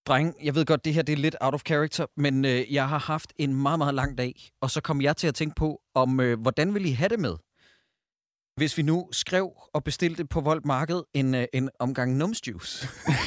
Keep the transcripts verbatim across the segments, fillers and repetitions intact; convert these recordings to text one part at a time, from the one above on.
Dreng, jeg ved godt, det her det er lidt out of character, men øh, jeg har haft en meget, meget lang dag, og så kom jeg til at tænke på, om øh, hvordan vil I have det med, hvis vi nu skrev og bestilte på Volt Marked en, øh, en omgang numsjuice.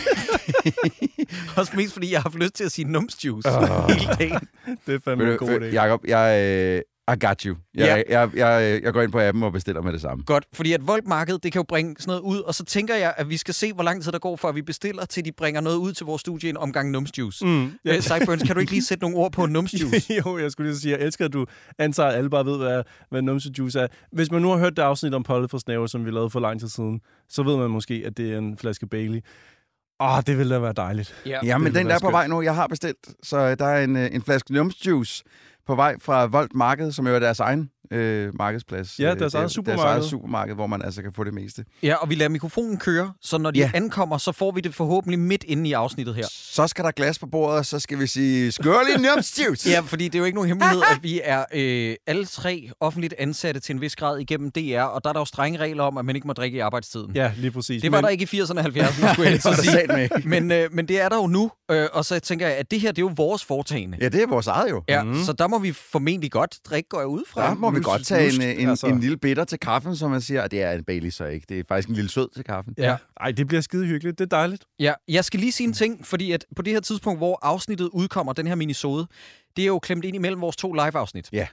Også mest fordi, jeg har haft lyst til at sige numsjuice oh. hele dagen. Det er fandme en god idé. Jakob, jeg... Øh... I got you. Jeg, Ja. jeg, jeg, jeg går ind på appen og bestiller med det samme. Godt, fordi at Volt Marked, det kan jo bringe sådan noget ud, og så tænker jeg, at vi skal se, hvor lang tid der går, før vi bestiller, til de bringer noget ud til vores studie, en omgang numsjuice. Mm, yeah. Sideburns, kan du ikke lige sætte nogle ord på numsjuice? Jo, jeg skulle lige sige, jeg elsker, at du antager, at alle bare ved, hvad, hvad numsejuice er. Hvis man nu har hørt det afsnit om Polly for Snæver, som vi lavede for lang tid siden, så ved man måske, at det er en flaske Bailey. Åh, det ville da være dejligt. Ja, ja men den der er på vej nu. Jeg har bestilt, så der er en, en flaske numsjuice på vej fra Volt Marked, som jo er deres egen øh, markedsplads. Ja, deres eget supermarked. Deres eget supermarked, hvor man altså kan få det meste. Ja, og vi lader mikrofonen køre, så når de ja. ankommer, så får vi det forhåbentlig midt inde i afsnittet her. Så skal der glas på bordet, og så skal vi sige, skål i numsjuice! Ja, fordi det er jo ikke nogen hemmelighed, at vi er øh, alle tre offentligt ansatte til en vis grad igennem D R, og der er der jo strenge regler om, at man ikke må drikke i arbejdstiden. Ja, lige præcis. Det var men... der ikke i firserne og halvfjerdserne, skulle jeg så sige. Men, øh, men det er der jo nu, øh, og så tænker jeg, at det her, det er jo vores foretagende. Ja, det er vores eget jo. Ja, mm. så der må vi formentlig godt drikke, går jeg ud fra. Der må vi godt tage Just, en, en, altså. en lille bitter til kaffen, som man siger. Og det er en Bailey så ikke. Det er faktisk en lille sød til kaffen. Ja. Ej, det bliver skide hyggeligt. Det er dejligt. Ja, jeg skal lige sige en ting, fordi at på det her tidspunkt, hvor afsnittet udkommer, den her minisode, det er jo klemt ind imellem vores to live-afsnit. Ja.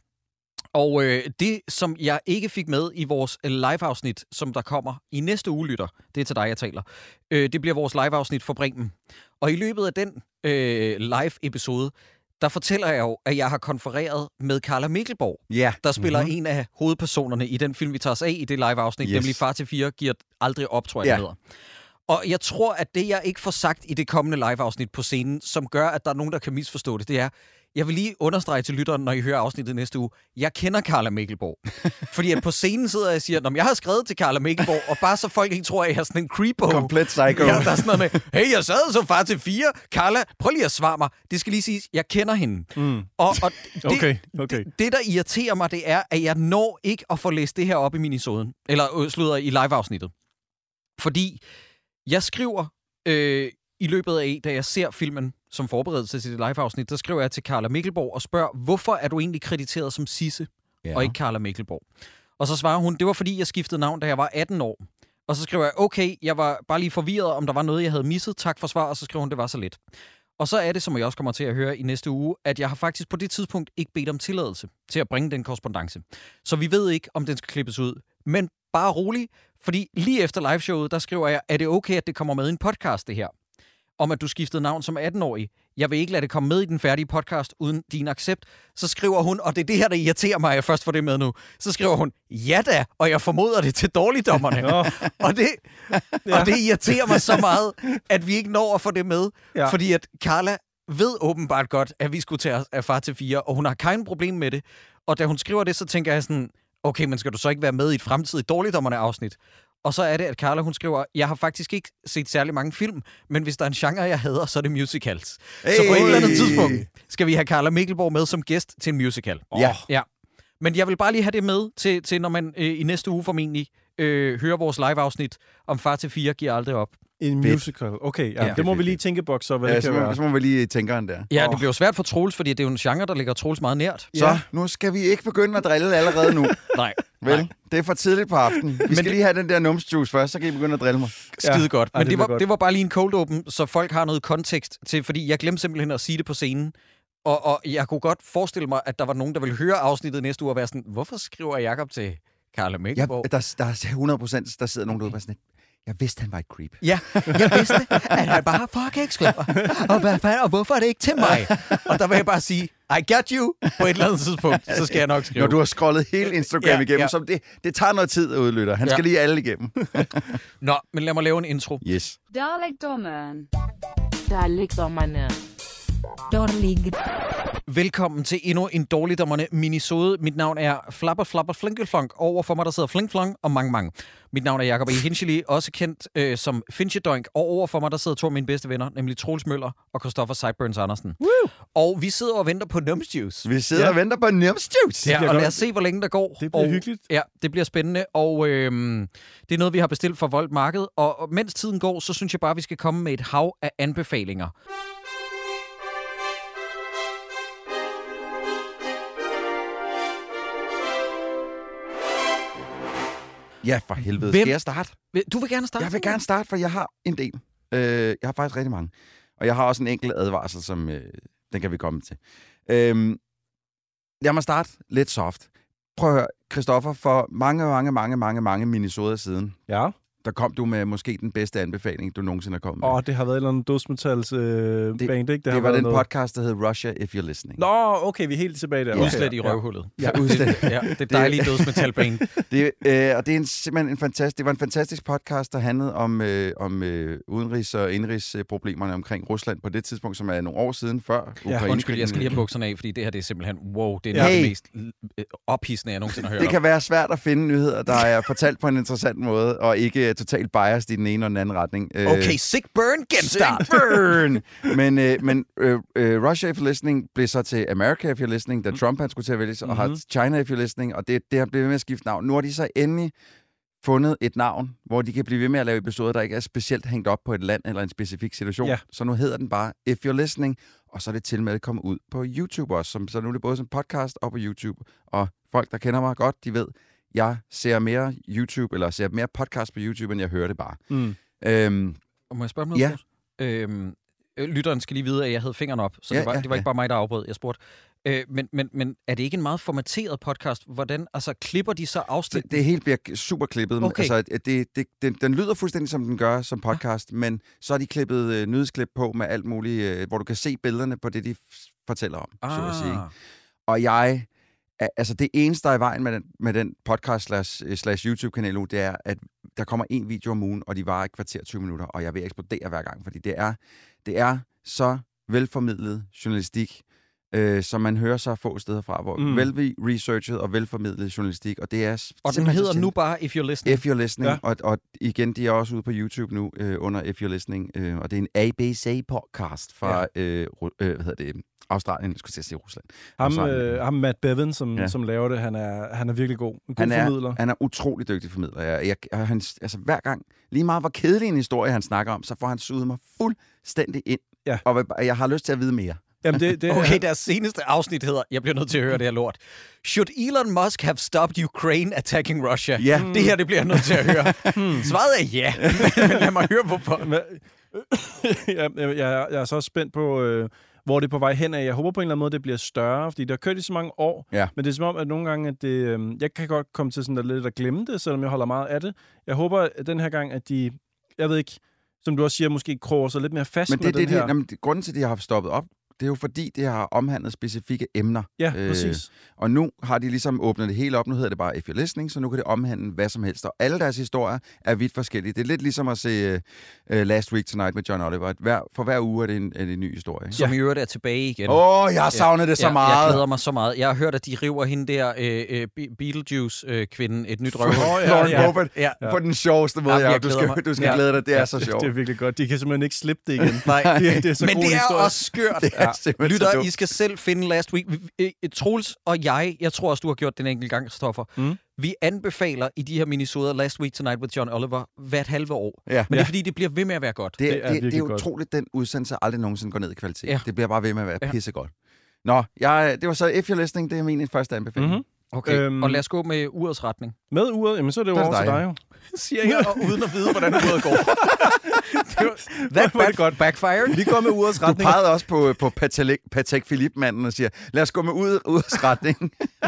Og øh, det, som jeg ikke fik med i vores live-afsnit, som der kommer i næste uge, lytter, det er til dig, jeg taler, øh, det bliver vores live-afsnit for Bremen. Og i løbet af den øh, live-episode, der fortæller jeg jo, at jeg har konfereret med Carla Mikkelborg, ja. der spiller mm-hmm. en af hovedpersonerne i den film, vi tager os af i det live-afsnit, yes. nemlig Far til fire giver aldrig op, tror jeg, ja. det hedder. Og jeg tror, at det, jeg ikke får sagt i det kommende live-afsnit på scenen, som gør, at der er nogen, der kan misforstå det, det er, jeg vil lige understrege til lytteren, når I hører afsnittet næste uge, jeg kender Carla Mikkelborg. Fordi at på scenen sidder jeg og siger, at jeg har skrevet til Carla Mikkelborg, og bare så folk ikke tror, at jeg er sådan en creepo. Komplet psycho. Ja, der er sådan noget med, hey, jeg sad som Far til fire. Carla, prøv lige at svare mig. Det skal lige siges, jeg kender hende. Mm. Og, og det, okay, okay. Det, det, der irriterer mig, det er, at jeg når ikke at få læst det her op i minisoden. Eller øh, slutter i live-afsnittet. Fordi jeg skriver øh, i løbet af, da jeg ser filmen som forberedelse til det live-afsnit, der skriver jeg til Carla Mikkelborg og spørger, hvorfor er du egentlig krediteret som Sisse, ja. og ikke Carla Mikkelborg? Og så svarer hun, det var fordi, jeg skiftede navn, da jeg var atten år. Og så skriver jeg, okay, jeg var bare lige forvirret, om der var noget, jeg havde misset. Tak for svar, og så skriver hun, det var så let. Og så er det, som jeg også kommer til at høre i næste uge, at jeg har faktisk på det tidspunkt ikke bedt om tilladelse til at bringe den korrespondance. Så vi ved ikke, om den skal klippes ud. Men bare rolig, fordi lige efter liveshowet, der skriver jeg, er det okay, at det kommer med i en podcast, det her? Om at du skiftede navn som atten-årig. Jeg vil ikke lade det komme med i den færdige podcast uden din accept. Så skriver hun, og det er det her, der irriterer mig, at jeg først får det med nu. Så skriver hun, ja da, og jeg formoder det til dårligdommerne. og, det, ja. og det irriterer mig så meget, at vi ikke når at få det med. Ja. Fordi at Carla ved åbenbart godt, at vi skulle tage os af Far til fire, og hun har kein problem med det. Og da hun skriver det, så tænker jeg sådan, okay, men skal du så ikke være med i et fremtidigt dårligdommerne-afsnit? Og så er det, at Carla, hun skriver, jeg har faktisk ikke set særlig mange film, men hvis der er en genre, jeg hader, så er det musicals. Hey. Så på et eller andet tidspunkt skal vi have Carla Mikkelborg med som gæst til en musical. Ja. ja. Men jeg vil bare lige have det med til, til når man øh, i næste uge formentlig øh, hører vores live-afsnit om Far til fire giver aldrig op. En musical. Okay, ja. ja. Det må vi lige tænke på, så hvad ja, det kan så må, være. så må vi lige tænke den der. Ja, oh. det bliver jo svært for Troels, fordi det er jo en genre, der ligger Troels meget nært. Så ja. Nu skal vi ikke begynde at drille allerede nu. Nej. Vel, Nej. det er for tidligt på aftenen. Vi Men skal det... lige have den der numsjuice først, så kan I begynde at drille mig. Skide ja. godt. Men Ej, det, det, var, godt. det var bare lige en cold open, så folk har noget kontekst til, fordi jeg glemte simpelthen at sige det på scenen. Og, og jeg kunne godt forestille mig, at der var nogen, der ville høre afsnittet næste uge og være sådan, hvorfor skriver Jakob til Carla Mikkelborg? Ja, der, der er hundrede procent, der sidder nogen derude og sådan, jeg vidste, han var et creep. Ja, jeg vidste, at han bare fuck ikke skriver. Og, hvad fanden, og hvorfor er det ikke til mig? Og der vil jeg bare sige, I got you på et eller andet tidspunkt, så skal jeg nok skrive. Når du har scrollet hele Instagram ja, igennem, ja. så det, det tager noget tid at udlytte. Han ja. skal lige alle igennem. Nå, men lad mig lave en intro. Yes. Dårligdommeren. Dårligdommerne. Dårlig. Velkommen til endnu en dårligdommerne minisode. Mit navn er Flapper Flapper Flinkelflunk. Over for mig, der sidder Flinkflunk og Mang Mang. Mit navn er Jacob E. Hinchely, også kendt øh, som Finchedoink. Og over for mig, der sidder to af mine bedste venner, nemlig Troels Møller og Christopher Sideburns Andersen. Woo! Og vi sidder og venter på Numsjuice. Vi sidder ja. og venter på Numsjuice. Ja, og lad os se, hvor længe der går. Det bliver og, hyggeligt. Ja, det bliver spændende. Og øh, det er noget, vi har bestilt fra Volt Marked. Og, og mens tiden går, så synes jeg bare, vi skal komme med et hav af anbefalinger. Ja, for helvede. Hvem- Skal jeg starte? Du vil gerne starte? Jeg vil gerne starte, for jeg har en del. Øh, jeg har faktisk rigtig mange. Og jeg har også en enkelt advarsel, som øh, den kan vi komme til. Øh, jeg må starte lidt soft. Prøv at høre, Christoffer, for mange, mange, mange, mange, mange minisoder siden, Ja. der kom du med måske den bedste anbefaling, du nogensinde har kommet med. Åh, det har været en eller anden dødsmetals øh, Det- band, ikke? det har var været den noget... podcast, der hed Russia If You're Listening. Nå, okay, vi er helt tilbage der. Ja. Udslet i Ja. røvhullet. Ja, udslet. Ja, det dejlige dødsmetalbane. Det, øh, og det er en, simpelthen en fantastisk, det var en fantastisk podcast, der handlede om, øh, om øh, udenrigs- og indrigsproblemerne omkring Rusland på det tidspunkt, som er nogle år siden før Ukraine. Undskyld, jeg skal lige have bukserne af, fordi det her det er simpelthen, wow, det er Ja. noget af Hey. det mest øh, ophidsende, jeg nogensinde har hørt Det om. kan være svært at finde nyheder, der er fortalt på en interessant måde, og ikke uh, totalt biased i den ene og den anden retning. Øh, Okay, sick burn, genstart. Sick burn! men øh, men øh, øh, Russia If You're Listening blev så til America If You're Listening, da Trump han skulle til at vælge, og har China If You're Listening, og det, det har blevet ved med at skifte navn. Nu har de så endelig fundet et navn, hvor de kan blive ved med at lave episoder, der ikke er specielt hængt op på et land eller en specifik situation. Ja. Så nu hedder den bare If You're Listening, og så er det til med at komme ud på YouTube også. Som, så nu er det både som podcast og på YouTube. Og folk, der kender mig godt, de ved, jeg ser mere YouTube, eller ser mere podcast på YouTube, end jeg hører det bare. Mm. Øhm, Og må jeg spørge om noget? Ja. Troels? Øhm, øh, lytteren skal lige vide, at jeg havde fingeren op, så Ja, det var, ja, det var ikke ja. bare mig, der afbrød. Jeg spurgte. Øh, men, men, men er det ikke en meget formateret podcast? Hvordan, altså, klipper de så afsnit? Det, det hele bliver super klippet. Okay. Altså, det, det, den, den lyder fuldstændig, som den gør som podcast, ja. Men så har de klippet øh, nyhedsklip på med alt muligt, øh, hvor du kan se billederne på det, de f- fortæller om, ah. så at sige. Og jeg... a- Altså, det eneste, der er i vejen med den, med den podcast slash, slash YouTube-kanal nu, det er, at der kommer en video om ugen, og de varer et kvarter tyve minutter, og jeg vil eksplodere hver gang, fordi det er, det er så velformidlet journalistik, øh, som man hører så få steder fra, hvor Mm. mm. vel-researchet og velformidlet journalistik, og det er Og den simpelthen så hedder nu sjældent. bare If You're Listening. If You're Listening, Ja. ja. og, og igen, de er også ude på YouTube nu øh, under If You're Listening, øh, og det er en A B C-podcast fra, ja. øh, Ru- øh, hvad hedder det, Australien, jeg skulle til at sige Rusland. Ham, Australien. øh, ham Matt Bevan, som, ja. Ja. som laver det, han er, han er virkelig god. En god Han er, formidler. han er utrolig dygtig formidler. Jeg, jeg, jeg, han, altså, hver gang, lige meget hvor kedelig en historie, han snakker om, så får han suget mig fuldstændig ind. Ja. Og jeg har lyst til at vide mere. Jamen, det, det, Okay, deres seneste afsnit hedder, jeg bliver nødt til at høre det her lort. Should Elon Musk have stopped Ukraine attacking Russia? Ja. Det her, det bliver jeg nødt til at høre. Svaret er ja, men lad mig høre, hvorfor. Hva- jeg, jeg, jeg jeg er så spændt på, øh, hvor det er på vej hen af. Jeg håber på en eller anden måde, det bliver større, fordi det har kørt i så mange år. Ja. Men det er som om, at nogle gange, at det, øh, jeg kan godt komme til sådan der lidt at glemme det, selvom jeg holder meget af det. Jeg håber at den her gang, at de, jeg ved ikke, som du også siger, måske kroger sig lidt mere fast Men med det, den det, her. det, jamen, det, grunden til, at de har stoppet op, det er jo fordi, det har omhandlet specifikke emner. Ja, præcis. Og nu har de ligesom åbnet det hele op. Nu hedder det bare If You're Listening, så nu kan det omhandle hvad som helst. Og alle deres historier er vidt forskellige. Det er lidt ligesom at se uh, Last Week Tonight med John Oliver. At hver, for hver uge er det en, er det en ny historie. Åh, Som i øvrigt er tilbage igen. oh, jeg har savnet det så ja, meget. Jeg glæder mig så meget. Jeg har hørt, at de river hende der øh, øh, Be- Beetlejuice-kvinden et nyt røv. Åh, ja, Lauren ja. Boebert, Ja. på den sjoveste måde. Jamen, Ja, jeg du glæder skal, mig. du skal Ja. glæde dig. Det er Ja, så det, sjovt. det er virkelig godt. De kan simpelthen ikke slippe det igen. Nej, det, det er så men god det er historie. også skørt. Det er simpelthen så Lytter, dumt. I skal selv finde Last Week. Vi- øh, Troels og jeg, jeg tror også, du har gjort den enkelt gang, Christoffer. Mm. Vi anbefaler i de her minisoder Last Week Tonight with John Oliver hvert halve år. Ja. Men det Ja. er fordi, det bliver ved med at være godt. Det, Det det, er det, det virkelig er godt. utroligt, den udsendelse aldrig nogensinde går ned i kvalitet. Ja. Det bliver bare ved med at være Ja. pissegodt. Nå, jeg, det var så If You're Listening, det er min første anbefaling. Mm-hmm. Okay, Øhm. og lad os gå med urets retning. Med uret, jamen så er det jo Så er det over til dig. dig jo. Siger jeg, og uden at vide, hvordan uret går. det var, that Hvor er bad det godt. backfired. Vi går med urets Du retning. pegede også på, på Patek, Patek Philippe-manden og siger, lad os gå med ud, udretning.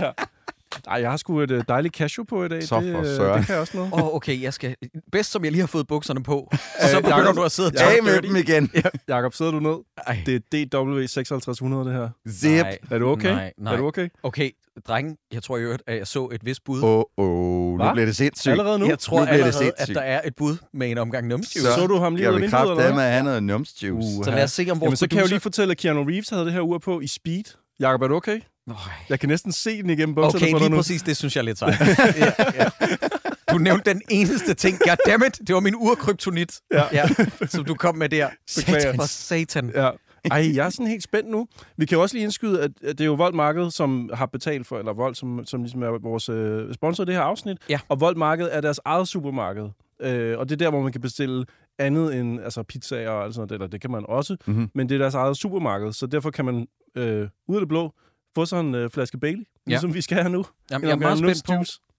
Ej, jeg har sgu et uh, dejligt cashew på i dag. Så det, for øh, søren. det kan jeg også noget. Åh, oh, okay, jeg skal... Bedst som jeg lige har fået bukserne på, så begynder Jacob, du at sidde og Af talk med dirty. dem igen. Jakob, sidder du ned? Ej, Det er D W seksoghalvtreds hundrede, det her. Zip. nej, Er du okay? Nej, nej. Er du okay? Okay, drenge, jeg tror i øvrigt, at jeg så et vist bud. Åh, oh, oh, nu Hva? bliver det sindssygt. Allerede nu? Jeg tror Nu bliver det allerede, at sindssygt. der er et bud med en omgang numsjuice. Så du ham lige jeg ud af vil vinduet, eller kraftedeme hvad? at have noget numsjuice. Uh. Så lad os se, om vores Jamen, så kan jeg jo producer- lige fortælle, at Keanu Reeves havde det her ur på i Speed. Jakob, er du okay? Nøj. Jeg kan næsten se den igennem bukserne Okay, på dig lige nu. præcis, det synes jeg er lidt sejt. ja, ja. Du nævnte den eneste ting. Goddammit, det var min urkryptonit, Ja. ja, som du kom med der. Beklager. For satan. Ja. Ej, jeg er sådan helt spændt nu. Vi kan jo også lige indskyde, at at det er jo Volt Marked, som har betalt for, eller Volt, som, som ligesom er vores øh, sponsor i det her afsnit. Ja. Og Volt Marked er deres eget supermarked. Øh, og det er der, hvor man kan bestille andet end altså pizzaer og alt sådan noget. Eller det kan man også, Mhm. men det er deres eget supermarked. Så derfor kan man øh, ud af det blå få sig en øh, flaske Bailey, Ja. ligesom vi skal have nu. Jamen, En jeg er meget omgang spændt på, nussjuice.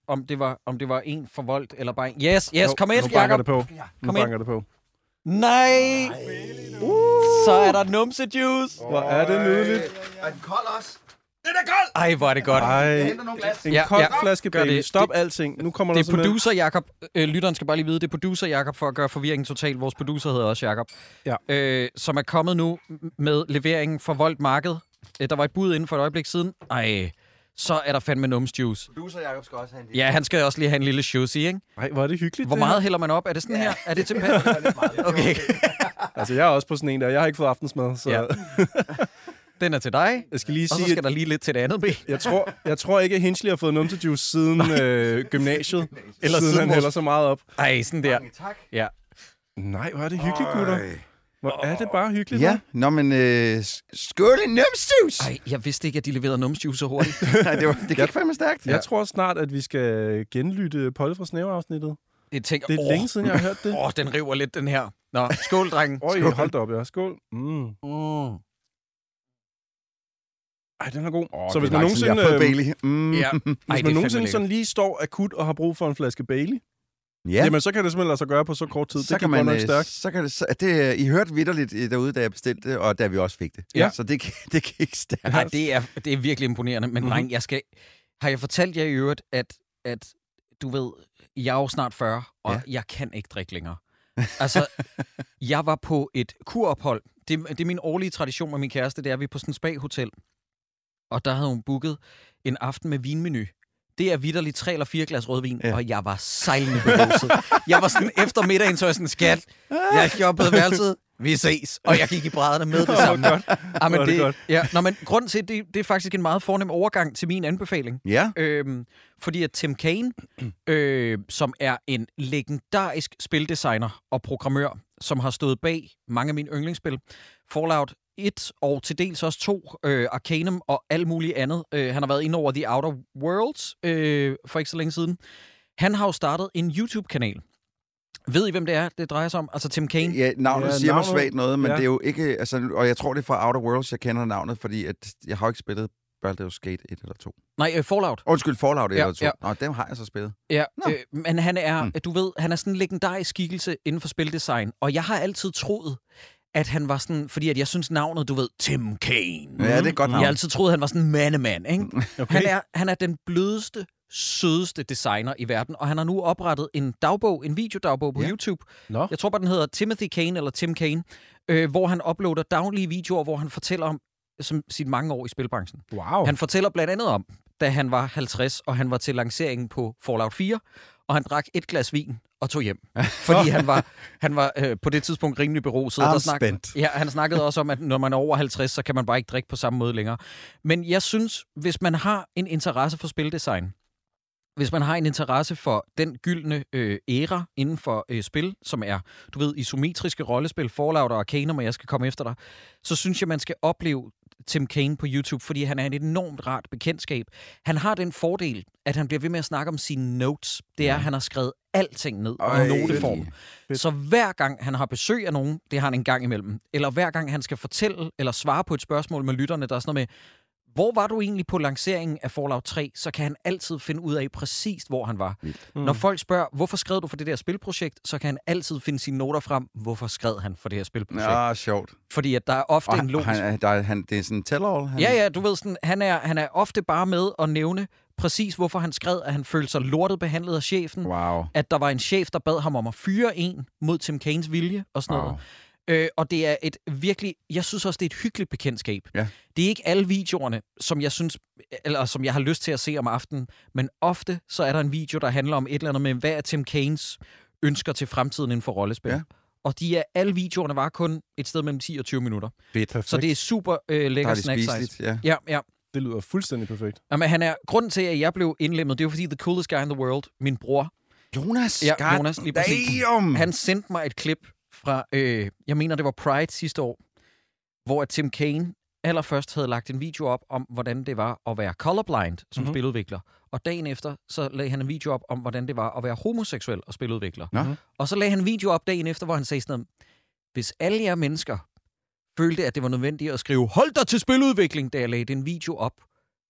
om det var, om det var en for voldt eller bare en. Yes, yes, kom ind, Nu banker Jacob. det på. Nu Kom ind. banker det på. Nej! Uh, så er der numsejuice. Hvor er det nydeligt. Er den kold også? Den er kold! Ej, hvor er det godt. Ej, nogle glas. en Ja, kold ja. flaske Gør Bailey. det. Stop Det- alting. Nu kommer Det der er simpelthen... producer Jakob. Øh, lytteren skal bare lige vide, det er producer Jakob for at gøre forvirringen total. Vores producer hedder også Jakob. Ja. Øh, som er kommet nu med leveringen for Voldt Marked. Øh, der var et bud inden for et øjeblik siden. Ej, så er der fandme numsjuice. Producer Jacob skal også have en lille. Ja, han skal også lige have en lille juicy, ikke? Ej, hvor er det hyggeligt. Hvor det her. meget hælder man op? Er det sådan her? Er det simpelthen? Okay, Altså, jeg er også på sådan en der. Jeg har ikke fået aftensmad, så... Ja. den er til dig. Jeg skal lige Og så sige, skal at der lige lidt til det andet ben. jeg tror, jeg tror ikke, at Hinchley har fået numsejuice siden øh, gymnasiet. Eller siden siden han vores- hælder så meget op. Ej, sådan der. Tak. Ja. Nej, hvor er det hyggeligt, gutter. Hvor er det bare hyggeligt. Ja, nå, men øh, skål i numsjuice! Ej, jeg vidste ikke, at de leverede numsjuice så hurtigt. Nej, det, var, det gik fandme stærkt. Jeg tror snart, at vi skal genlytte Polly fra Snæver-afsnittet. Jeg tænker, Det er åh, længe siden, jeg har hørt det. Åh, den river lidt, den her. Nå, skål, drengen. Øj, Skål. hold da op, ja. Skål. Mm. Mm. Ej, den er god. Oh, så hvis man jeg nogensinde, har fået øh, Bailey. Mm. Ja. hvis Ej, det er man fandme nogensinde lækkert. sådan lige står akut og har brug for en flaske Bailey, Ja. jamen så kan det simpelthen lade sig gøre på så kort tid. Så det kan kan man, godt nok øh, stærkt. så kan det, så, det, I hørte vitterligt øh, derude, da jeg bestilte det, og da vi også fik det. Ja. Så det, det gik stærkt. Nej, det er, det er virkelig imponerende. Men Mhm. mm-hmm. dreng, jeg skal... Har jeg fortalt jer i øvrigt, at, at du ved, jeg er jo snart fyrre, og Ja. ja. jeg kan ikke drikke længere. Altså, jeg var på et kurophold. Det, det er min årlige tradition med min kæreste, det er, at vi er på sådan et spa-hotel. Og der havde hun booket en aften med vinmenu. Det er vitterligt tre eller fire glas rødvin, Ja. ja. og jeg var sejlende beruset. Jeg var sådan, efter middagen, så var jeg sådan, skat, jeg jobbede værelset, vi ses. Og jeg gik i brædderne med det samme. godt. Ah, men Hvor er det det, godt. ja, nå, men grunden til, det, det er faktisk en meget fornem overgang til min anbefaling. Ja. Øhm, fordi at Tim Kaine, øh, som er en legendarisk spildesigner og programmør, som har stået bag mange af mine yndlingsspil, Fallout et og til dels også to, øh, Arcanum og alt muligt andet. Øh, han har været inde over The Outer Worlds øh, for ikke så længe siden. Han har jo startet en YouTube-kanal. Ved I, hvem det er, det drejer sig om? Altså Tim Kaine? Ja, navnet Ja, ja, siger navnet- mig svagt noget, men ja. ja. det er jo ikke... Altså, og jeg tror, det er fra Outer Worlds, jeg kender navnet, fordi at jeg har jo ikke spillet Baldur's Gate et eller to. Nej, øh, Fallout. Undskyld, Fallout et Ja, eller to. ja. Nå, dem har jeg så spillet. Ja, Nå. øh, men han er, Hmm. du ved, han er sådan en legendarisk skikkelse inden for spildesign, og jeg har altid troet, at han var sådan, fordi at jeg synes navnet, du ved, Tim Kaine. Ja, det er et godt navn. Jeg har altid troet, at han var sådan en mandemand, ikke? Okay. Han er, han er den blødeste, sødeste designer i verden, og han har nu oprettet en dagbog, en videodagbog på Ja. YouTube. Nå. Jeg tror bare, den hedder Timothy Kane, eller Tim Kaine, øh, hvor han uploader daglige videoer, hvor han fortæller om som sit mange år i spilbranchen. Wow. Han fortæller blandt andet om, da han var halvtreds, og han var til lanceringen på Fallout fire, og han drak et glas vin og tog hjem. Fordi han var, han var øh, på det tidspunkt rimelig beruset. Der snak- Afspændt. Ja, han snakkede også om, at når man er over halvtreds, så kan man bare ikke drikke på samme måde længere. Men jeg synes, hvis man har en interesse for spildesign, hvis man har en interesse for den gyldne øh, æra inden for øh, spil, som er, du ved, isometriske rollespil, Fallout og Arcanum, og jeg skal komme efter dig, så synes jeg, man skal opleve Tim Kaine på YouTube, fordi han er et enormt rart bekendtskab. Han har den fordel, at han bliver ved med at snakke om sine notes. Det er, at han har skrevet alting ned Øj. i noteform. Fedt. Så hver gang han har besøg af nogen, det har han en gang imellem, eller hver gang han skal fortælle eller svare på et spørgsmål med lytterne, der er sådan noget med, hvor var du egentlig på lanceringen af Fallout tre, så kan han altid finde ud af præcis, hvor han var. Mm. Når folk spørger, hvorfor skrev du for det der spilprojekt, så kan han altid finde sine noter frem, hvorfor skrev han for det her spilprojekt. Ja. Ja, sjovt. Fordi at der er ofte Og en han, logisk... han, er- der, er- han, det er sådan en tell-all. Han, Ja, ja, du ved sådan, han er, han er ofte bare med at nævne præcis, hvorfor han skrev, at han følte sig lortet behandlet af chefen, Wow. at der var en chef, der bad ham om at fyre en mod Tim Kaines vilje og sådan Wow. noget. Øh, og det er et virkelig, jeg synes også, det er et hyggeligt bekendtskab. Ja. Det er ikke alle videoerne, som jeg synes, eller som jeg har lyst til at se om aftenen, men ofte så er der en video, der handler om et eller andet med, hvad er Tim Kaines ønsker til fremtiden inden for rollespil. Ja. Og de er, alle videoerne var kun et sted mellem ti og tyve minutter. Fedt. Perfekt. Så det er super øh, Der lækker er det snack size. spiseligt, ja. Ja, ja. Det lyder fuldstændig perfekt. Jamen, han er, grunden til, at jeg blev indlemmet, det er jo fordi The Coolest Guy in the World, min bror, Jonas, Ja, God Jonas, lige præcis. damn! han sendte mig et klip fra, øh, jeg mener, det var Pride sidste år, hvor at Tim Kaine allerførst havde lagt en video op om, hvordan det var at være colorblind som Mhm. mm-hmm. spiludvikler. Og dagen efter, så lagde han en video op om, hvordan det var at være homoseksuel og spiludvikler. Nå. Og så lagde han en video op dagen efter, hvor han sagde sådan noget, hvis alle jer mennesker følte, at det var nødvendigt at skrive, hold dig til spiludvikling, da jeg lagde den video op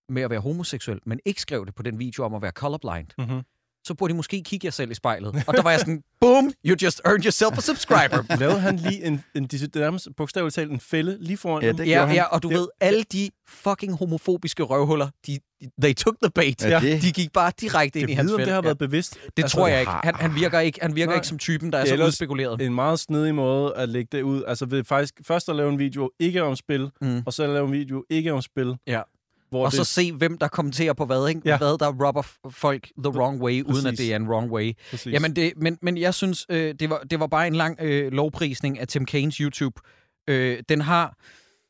med at være homoseksuel, men ikke skrev det på den video om at være colorblind, Mm-hmm. så burde I måske kigge jer selv i spejlet. Og der var jeg sådan, boom, you just earned yourself a subscriber. Lavede han lige en, en, en nærmest bogstaveligt talt en fælde lige foran Ja, dem? det Ja, gjorde han. ja, og du ved, alle de fucking homofobiske røvhuller, de, they took the bait. Ja, det- De gik bare direkte ind i Jeg hans ved, om felt. det har Ja. været bevidst. Det Altså, tror jeg ikke. har- Han, han virker ikke, han virker Nej. ikke som typen, der er Det er så ellers udspekuleret. En meget snedig måde at lægge det ud. Altså ved faktisk først at lave en video ikke om spil, Mm. og så at lave en video ikke om spil. Ja. Hvor Og det, så se, hvem der kommenterer på hvad, ikke? Ja. Hvad der rubber f- folk the wrong way, uden at Præcis. det er en wrong way. præcis. Jamen, det, men, men jeg synes, øh, det, var, det var bare en lang øh, lovprisning af Tim Kaines YouTube. Øh, den har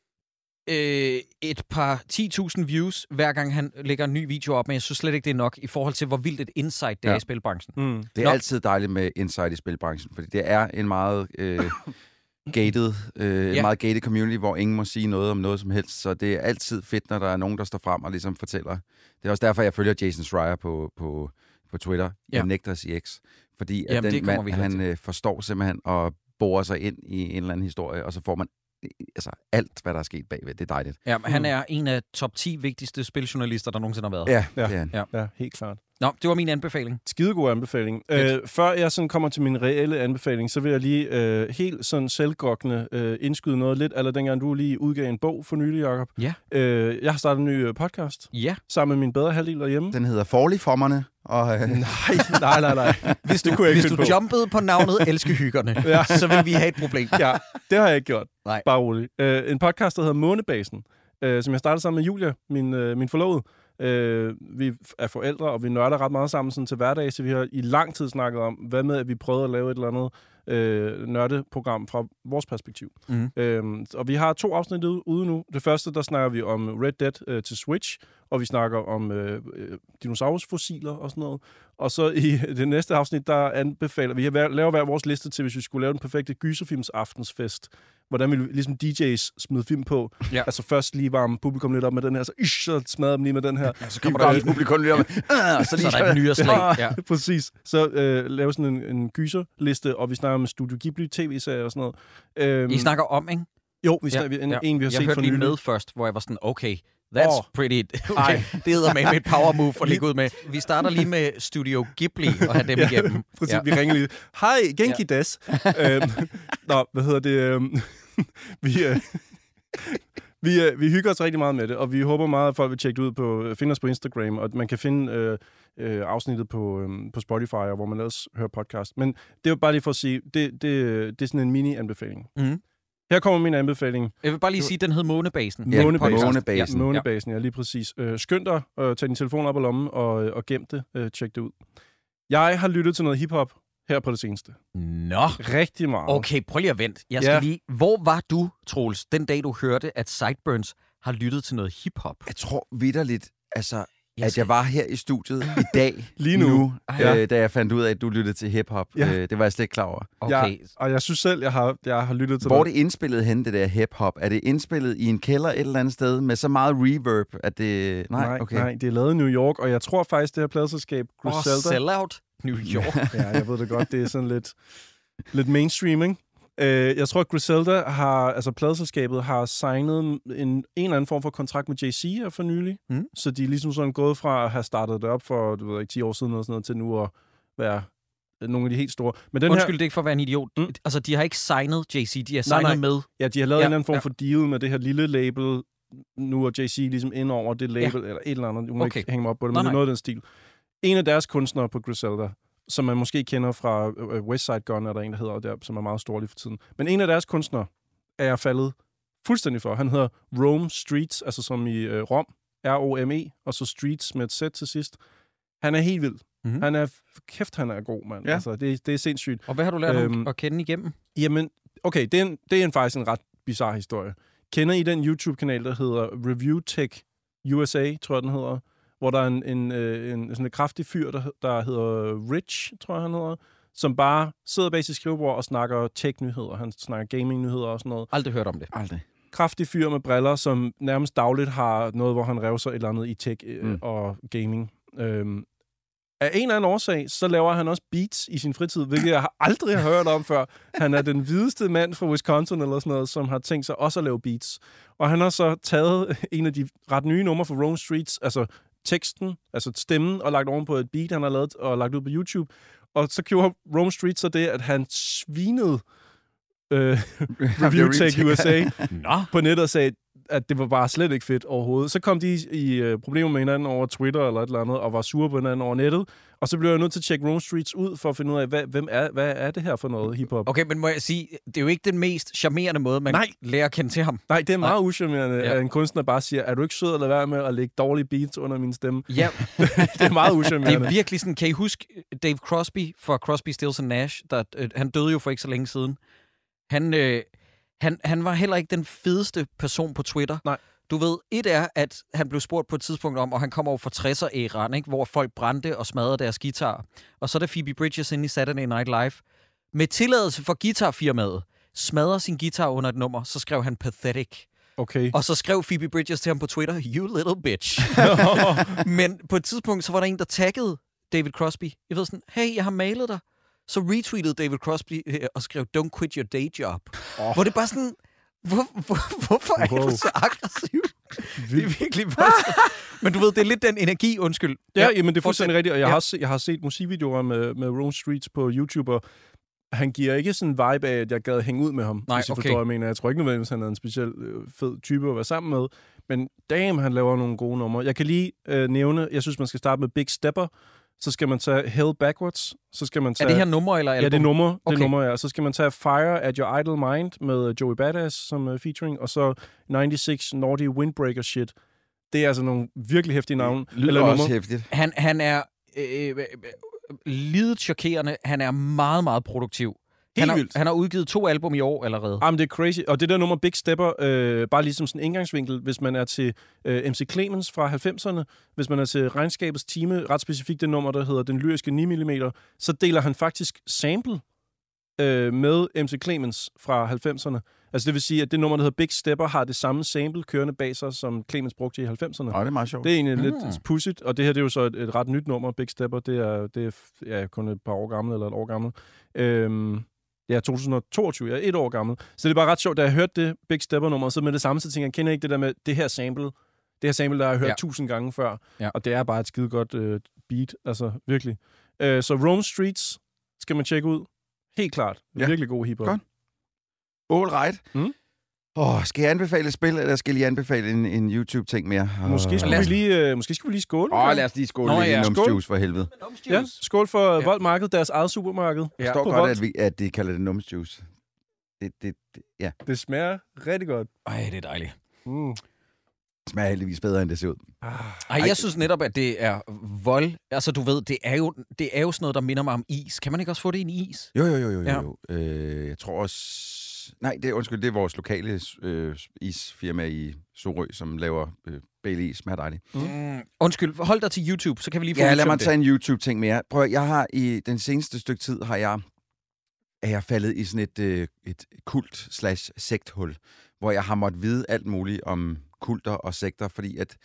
øh, et par ti tusind views, hver gang han lægger en ny video op, men jeg synes slet ikke, det er nok i forhold til, hvor vildt et insight det Ja. er i spilbranchen. Mm. Det er Nå. altid dejligt med insight i spilbranchen, fordi det er en meget øh, gated, øh, Ja. ja. meget gated community, hvor ingen må sige noget om noget som helst. Så det er altid fedt, når der er nogen, der står frem og ligesom fortæller. Det er også derfor, jeg følger Jason Schreier på, på, på Twitter. Ja. Jeg nægter at sige X. Fordi at Jamen, det den kommer mand, vi hen han til. øh, forstår simpelthen og borer sig ind i en eller anden historie, og så får man øh, altså, alt, hvad der er sket bagved. Det er dejligt. Ja, men han er en af top ti vigtigste spiljournalister, der nogensinde har været. Ja, Ja. det er han. Ja. Ja, helt klart. Nå, det var min anbefaling. Skidegod anbefaling. Fedt. Øh, før jeg sådan kommer til min reelle anbefaling, så vil jeg lige øh, helt sådan selvgokkende øh, indskyde noget lidt, eller dengang du lige udgav en bog for nylig, Jacob. Ja. Øh, jeg har startet en ny øh, podcast Ja. sammen med min bedre halvdel derhjemme. Den hedder Forligfommerne, og øh, Nej, nej, nej, nej. Hvis du, Det kunne jeg ikke hvis finde du på. jumpede på navnet Elskehyggerne, Ja. så vil vi have et problem. Ja, det har jeg ikke gjort. Nej. Bare roligt. Øh, en podcast, der hedder Månebasen, øh, som jeg startede sammen med Julia, min, øh, min forlovede. Øh, vi er forældre, og vi nørder ret meget sammen sådan til hverdag, så vi har i lang tid snakket om, hvad med, at vi prøvede at lave et eller andet øh, nørdeprogram fra vores perspektiv. Mhm. Øhm, og vi har to afsnit ude, ude nu. Det første, der snakker vi om Red Dead øh, til Switch, og vi snakker om øh, øh, dinosaurusfossiler og sådan noget. Og så i det næste afsnit, der anbefaler vi, at lave hver vores liste til, hvis vi skulle lave den perfekte gyserfilms aftensfest. Hvordan vil vi ligesom D J's smide film på? Ja. Altså først lige varme publikum lidt op med den her, så, ish, så smadrer dem lige med den her. ja, så kommer der lige publikum lige om. Ah, så Så lige er der et nyere slag. Ja. Præcis. Så øh, lave sådan en, en gyserliste, og vi snakker om Studio Ghibli tv-serier og sådan noget. Øhm, I snakker om, ikke? jo, vi snakker, en, ja. en, vi har jeg set hørte for lige nylig. med først, hvor jeg var sådan, okay, that's Åh. pretty... Okay, det hedder med et power move at ligge ud med. Vi starter lige med Studio Ghibli og have dem igennem. Præcis, Ja. ja. vi ringer lige. Hej, Genki ja. Des. øhm, nå, hvad hedder det? Øhm, vi, øh, vi, øh, vi hygger os rigtig meget med det, og vi håber meget, at folk vil tjekke det ud på, finde os på Instagram, og at man kan finde øh, øh, afsnittet på, øh, på Spotify, og hvor man ellers hører podcast. Men det er jo bare lige for at sige, det, det, det er sådan en mini-anbefaling. Mhm. Her kommer min anbefaling. Jeg vil bare lige sige, at den hed Månebasen. Ja, Månebasen. Månebasen. Ja, Månebasen, ja, lige præcis. Øh, skynd dig at tage din telefon op af lommen og, og gem det. Øh, tjek det ud. Jeg har lyttet til noget hiphop her på det seneste. Nå. Rigtig meget. Okay, prøv lige at vente. Jeg skal Ja. lige... Hvor var du, Troels, den dag du hørte, at Sideburns har lyttet til noget hiphop? Jeg tror vitterligt, altså, Jeg at skal- jeg var her i studiet i dag, Lige nu. nu Ja. øh, da jeg fandt ud af, at du lyttede til hiphop. Ja. Øh, det var jeg slet ikke klar over. Okay. Jeg, og jeg synes selv, jeg har, jeg har lyttet til Hvor er noget. det indspillet hen, det der hip-hop? Er det indspillet i en kælder et eller andet sted med så meget reverb, at det... Nej, nej, okay. nej, det er lavet i New York, og jeg tror faktisk, det her pladselskab, Åh, Griselda... Sellout New York. Ja, jeg ved det godt, det er sådan lidt, lidt mainstream, ikke? Øh, jeg tror, at Griselda har, altså pladselskabet har signet en, en eller anden form for kontrakt med Jay-Z her for nylig. Mm. Så de er ligesom sådan gået fra at have startet det op for, du ved ikke, ti år siden eller sådan noget, til nu at være nogle af de helt store. Men den Undskyld, her, det er ikke for at være en idiot. Mm. Mm. Altså, de har ikke signet Jay-Z, de har Nej, signet nej. med... ja, de har lavet Ja, en eller anden form ja. for deal med det her lille label. Nu er Jay-Z ligesom ind over det label, ja. eller et eller andet. Du må Okay. ikke hænge mig op på det, men Nej, det er nej. noget af den stil. En af deres kunstnere på Griselda, som man måske kender fra øh, West Side Gun, er der en, der hedder, der, som er meget stor lige for tiden. Men en af deres kunstnere er jeg faldet fuldstændig for. Han hedder Rome Streets, altså som i øh, Rom, R O M E, og så Streets med et Z til sidst. Han er helt vild. Mhm. Mm-hmm. Han er, kæft, han er god, mand. Ja. Altså, det, det er sindssygt. Og hvad har du lært øhm, Øhm, at kende igennem? Jamen, okay, det er, en, det er en, faktisk en ret bizarre historie. Kender I den YouTube-kanal, der hedder Review Tech U S A, tror jeg, den hedder? Hvor der er en, en, øh, en sådan en kraftig fyr, der, der hedder Rich, tror jeg, han hedder, som bare sidder bag sit skrivebord og snakker tech-nyheder. Han snakker gaming-nyheder og sådan noget. Aldrig hørt om det. Aldrig. Kraftig fyr med briller, som nærmest dagligt har noget, hvor han revser et eller andet i tech øh, Mm. og gaming. Øhm, af en eller anden årsag, så laver han også beats i sin fritid, hvilket jeg aldrig har hørt om før. Han er den hvideste mand fra Wisconsin eller sådan noget, som har tænkt sig også at lave beats. Og han har så taget en af de ret nye numre fra Rome Streets, altså teksten, altså stemmen, og lagt oven på et beat, han har lavet og lagt ud på YouTube. Og så gjorde Rome Streets så det, at han svinede øh, Review Tech U S A på nettet og sagde, at det var bare slet ikke fedt overhovedet. Så kom de i, i uh, problemer med hinanden over Twitter eller et eller andet, og var sure på hinanden over nettet. Og så blev jeg nødt til at tjekke Rome Streets ud, for at finde ud af, hvad, hvem er, hvad er det her for noget hiphop? Okay, men må jeg sige, det er jo ikke den mest charmerende måde, man Nej. lærer at kende til ham. Nej, det er meget uschammerende, ja. At en kunstner bare siger, er du ikke sød at lade være med at lægge dårlige beats under min stemme? Ja. Det er meget uschammerende. Det er virkelig sådan, kan I huske Dave Crosby fra Crosby, Stills and Nash? Der, øh, han døde jo for ikke så længe siden. Han, øh, han, han var heller ikke den fedeste person på Twitter. Nej. Du ved, et er, at han blev spurgt på et tidspunkt om, og han kom over fra tresser-æraen, ikke, hvor folk brændte og smadrede deres guitar. Og så er der Phoebe Bridgers inde i Saturday Night Live. Med tilladelse for guitarfirmaet, smadrer sin guitar under et nummer, så skrev han pathetic. Okay. Og så skrev Phoebe Bridgers til ham på Twitter, you little bitch. Men på et tidspunkt, så var der en, der taggede David Crosby. Jeg ved sådan, hey, jeg har malet dig. Så retweetede David Crosby og skrev, don't quit your day job. Oh. Hvor det bare sådan... Hvor, hvor, hvorfor er wow. du så aggressiv? Det er virkelig bare... Men du ved, det er lidt den energi, undskyld. Ja, ja jamen det er fuldstændig rigtigt, og jeg, ja. har set, jeg har set musikvideoer med, med Rome Streets på YouTube, og han giver ikke sådan en vibe af, at jeg gad hænge ud med ham. Nej, hvis jeg okay. forstår, jeg mener. Jeg tror ikke nødvendigvis, han er en speciel øh, fed type at være sammen med, men damn, han laver nogle gode numre. Jeg kan lige øh, nævne, jeg synes, man skal starte med Big Stepper, så skal man tage Hell Backwards, så skal man tage... Er det her nummer eller album? Ja, det er nummer, okay. det er nummer, ja. Så skal man tage Fire at Your Idle Mind med Joey Badass som uh, featuring, og så nioghalvfems Naughty Windbreaker Shit. Det er altså nogle virkelig hæftige navne. Lyder eller også nummer. hæftigt. Han, han er øh, øh, lidet chokerende. Han er meget, meget produktiv. Han har, han har udgivet to album i år allerede. Jamen, det er crazy. Og det der nummer Big Stepper, øh, bare ligesom sådan en indgangsvinkel, hvis man er til øh, M C Clemens fra halvfemserne, hvis man er til Regnskabets Time, ret specifikt det nummer, der hedder Den Lyriske ni millimeter, så deler han faktisk sample øh, med M C Clemens fra halvfemserne. Altså det vil sige, at det nummer, der hedder Big Stepper, har det samme sample kørende bag sig, som Clemens brugte i halvfemserne. Ja, det er meget sjovt. Det er egentlig mm. lidt pudsigt, og det her det er jo så et, et ret nyt nummer, Big Stepper. Det er, det er ja, kun et par år gammel, eller et år gammel. Øhm, Ja, to tusind og toogtyve, jeg er et år gammel. Så det er bare ret sjovt, da jeg hørte det Big Stepper-nummer, så med det samme, så tænker jeg, kender ikke det der med det her sample, det her sample, der har jeg hørt ja. tusind gange før, ja. og det er bare et skide godt øh, beat, altså virkelig. Øh, så Rome Streets skal man tjekke ud. Helt klart. Ja. Virkelig god hiphop. Godt. All right. Mm. Oh, skal jeg anbefale et spil, eller skal jeg anbefale en, en YouTube-ting mere? Oh. Måske skulle vi lige, øh, måske skulle vi lige skåle. Åh, oh, lad os lige skåle Nå, lidt ja. i numsjuice for helvede. Ja, skål for ja. Volt Market, deres eget supermarked. Jeg ja. forstår godt, at, vi, at de kalder det numsjuice. Det, det, det, ja. det smager rigtig godt. Ej, det er dejligt. Mm. Det smager heldigvis bedre, end det ser ud. Ah. Ej, jeg synes netop, at det er vold. Altså, du ved, det er, jo, det er jo sådan noget, der minder mig om is. Kan man ikke også få det i en is? Jo, jo, jo, jo. Ja. jo. Øh, jeg tror også... Nej, det er, undskyld, det er vores lokale øh, isfirma i Sorø, som laver øh, Baileys. Smager dejligt. Mm. Undskyld, hold dig til YouTube, så kan vi lige få Ja, lad mig tage en YouTube-ting mere. Prøv, jeg har i den seneste stykke tid, har jeg, er jeg faldet i sådan et, øh, et kult-slash-sekthul, hvor jeg har måttet vide alt muligt om kulter og sekter, fordi at,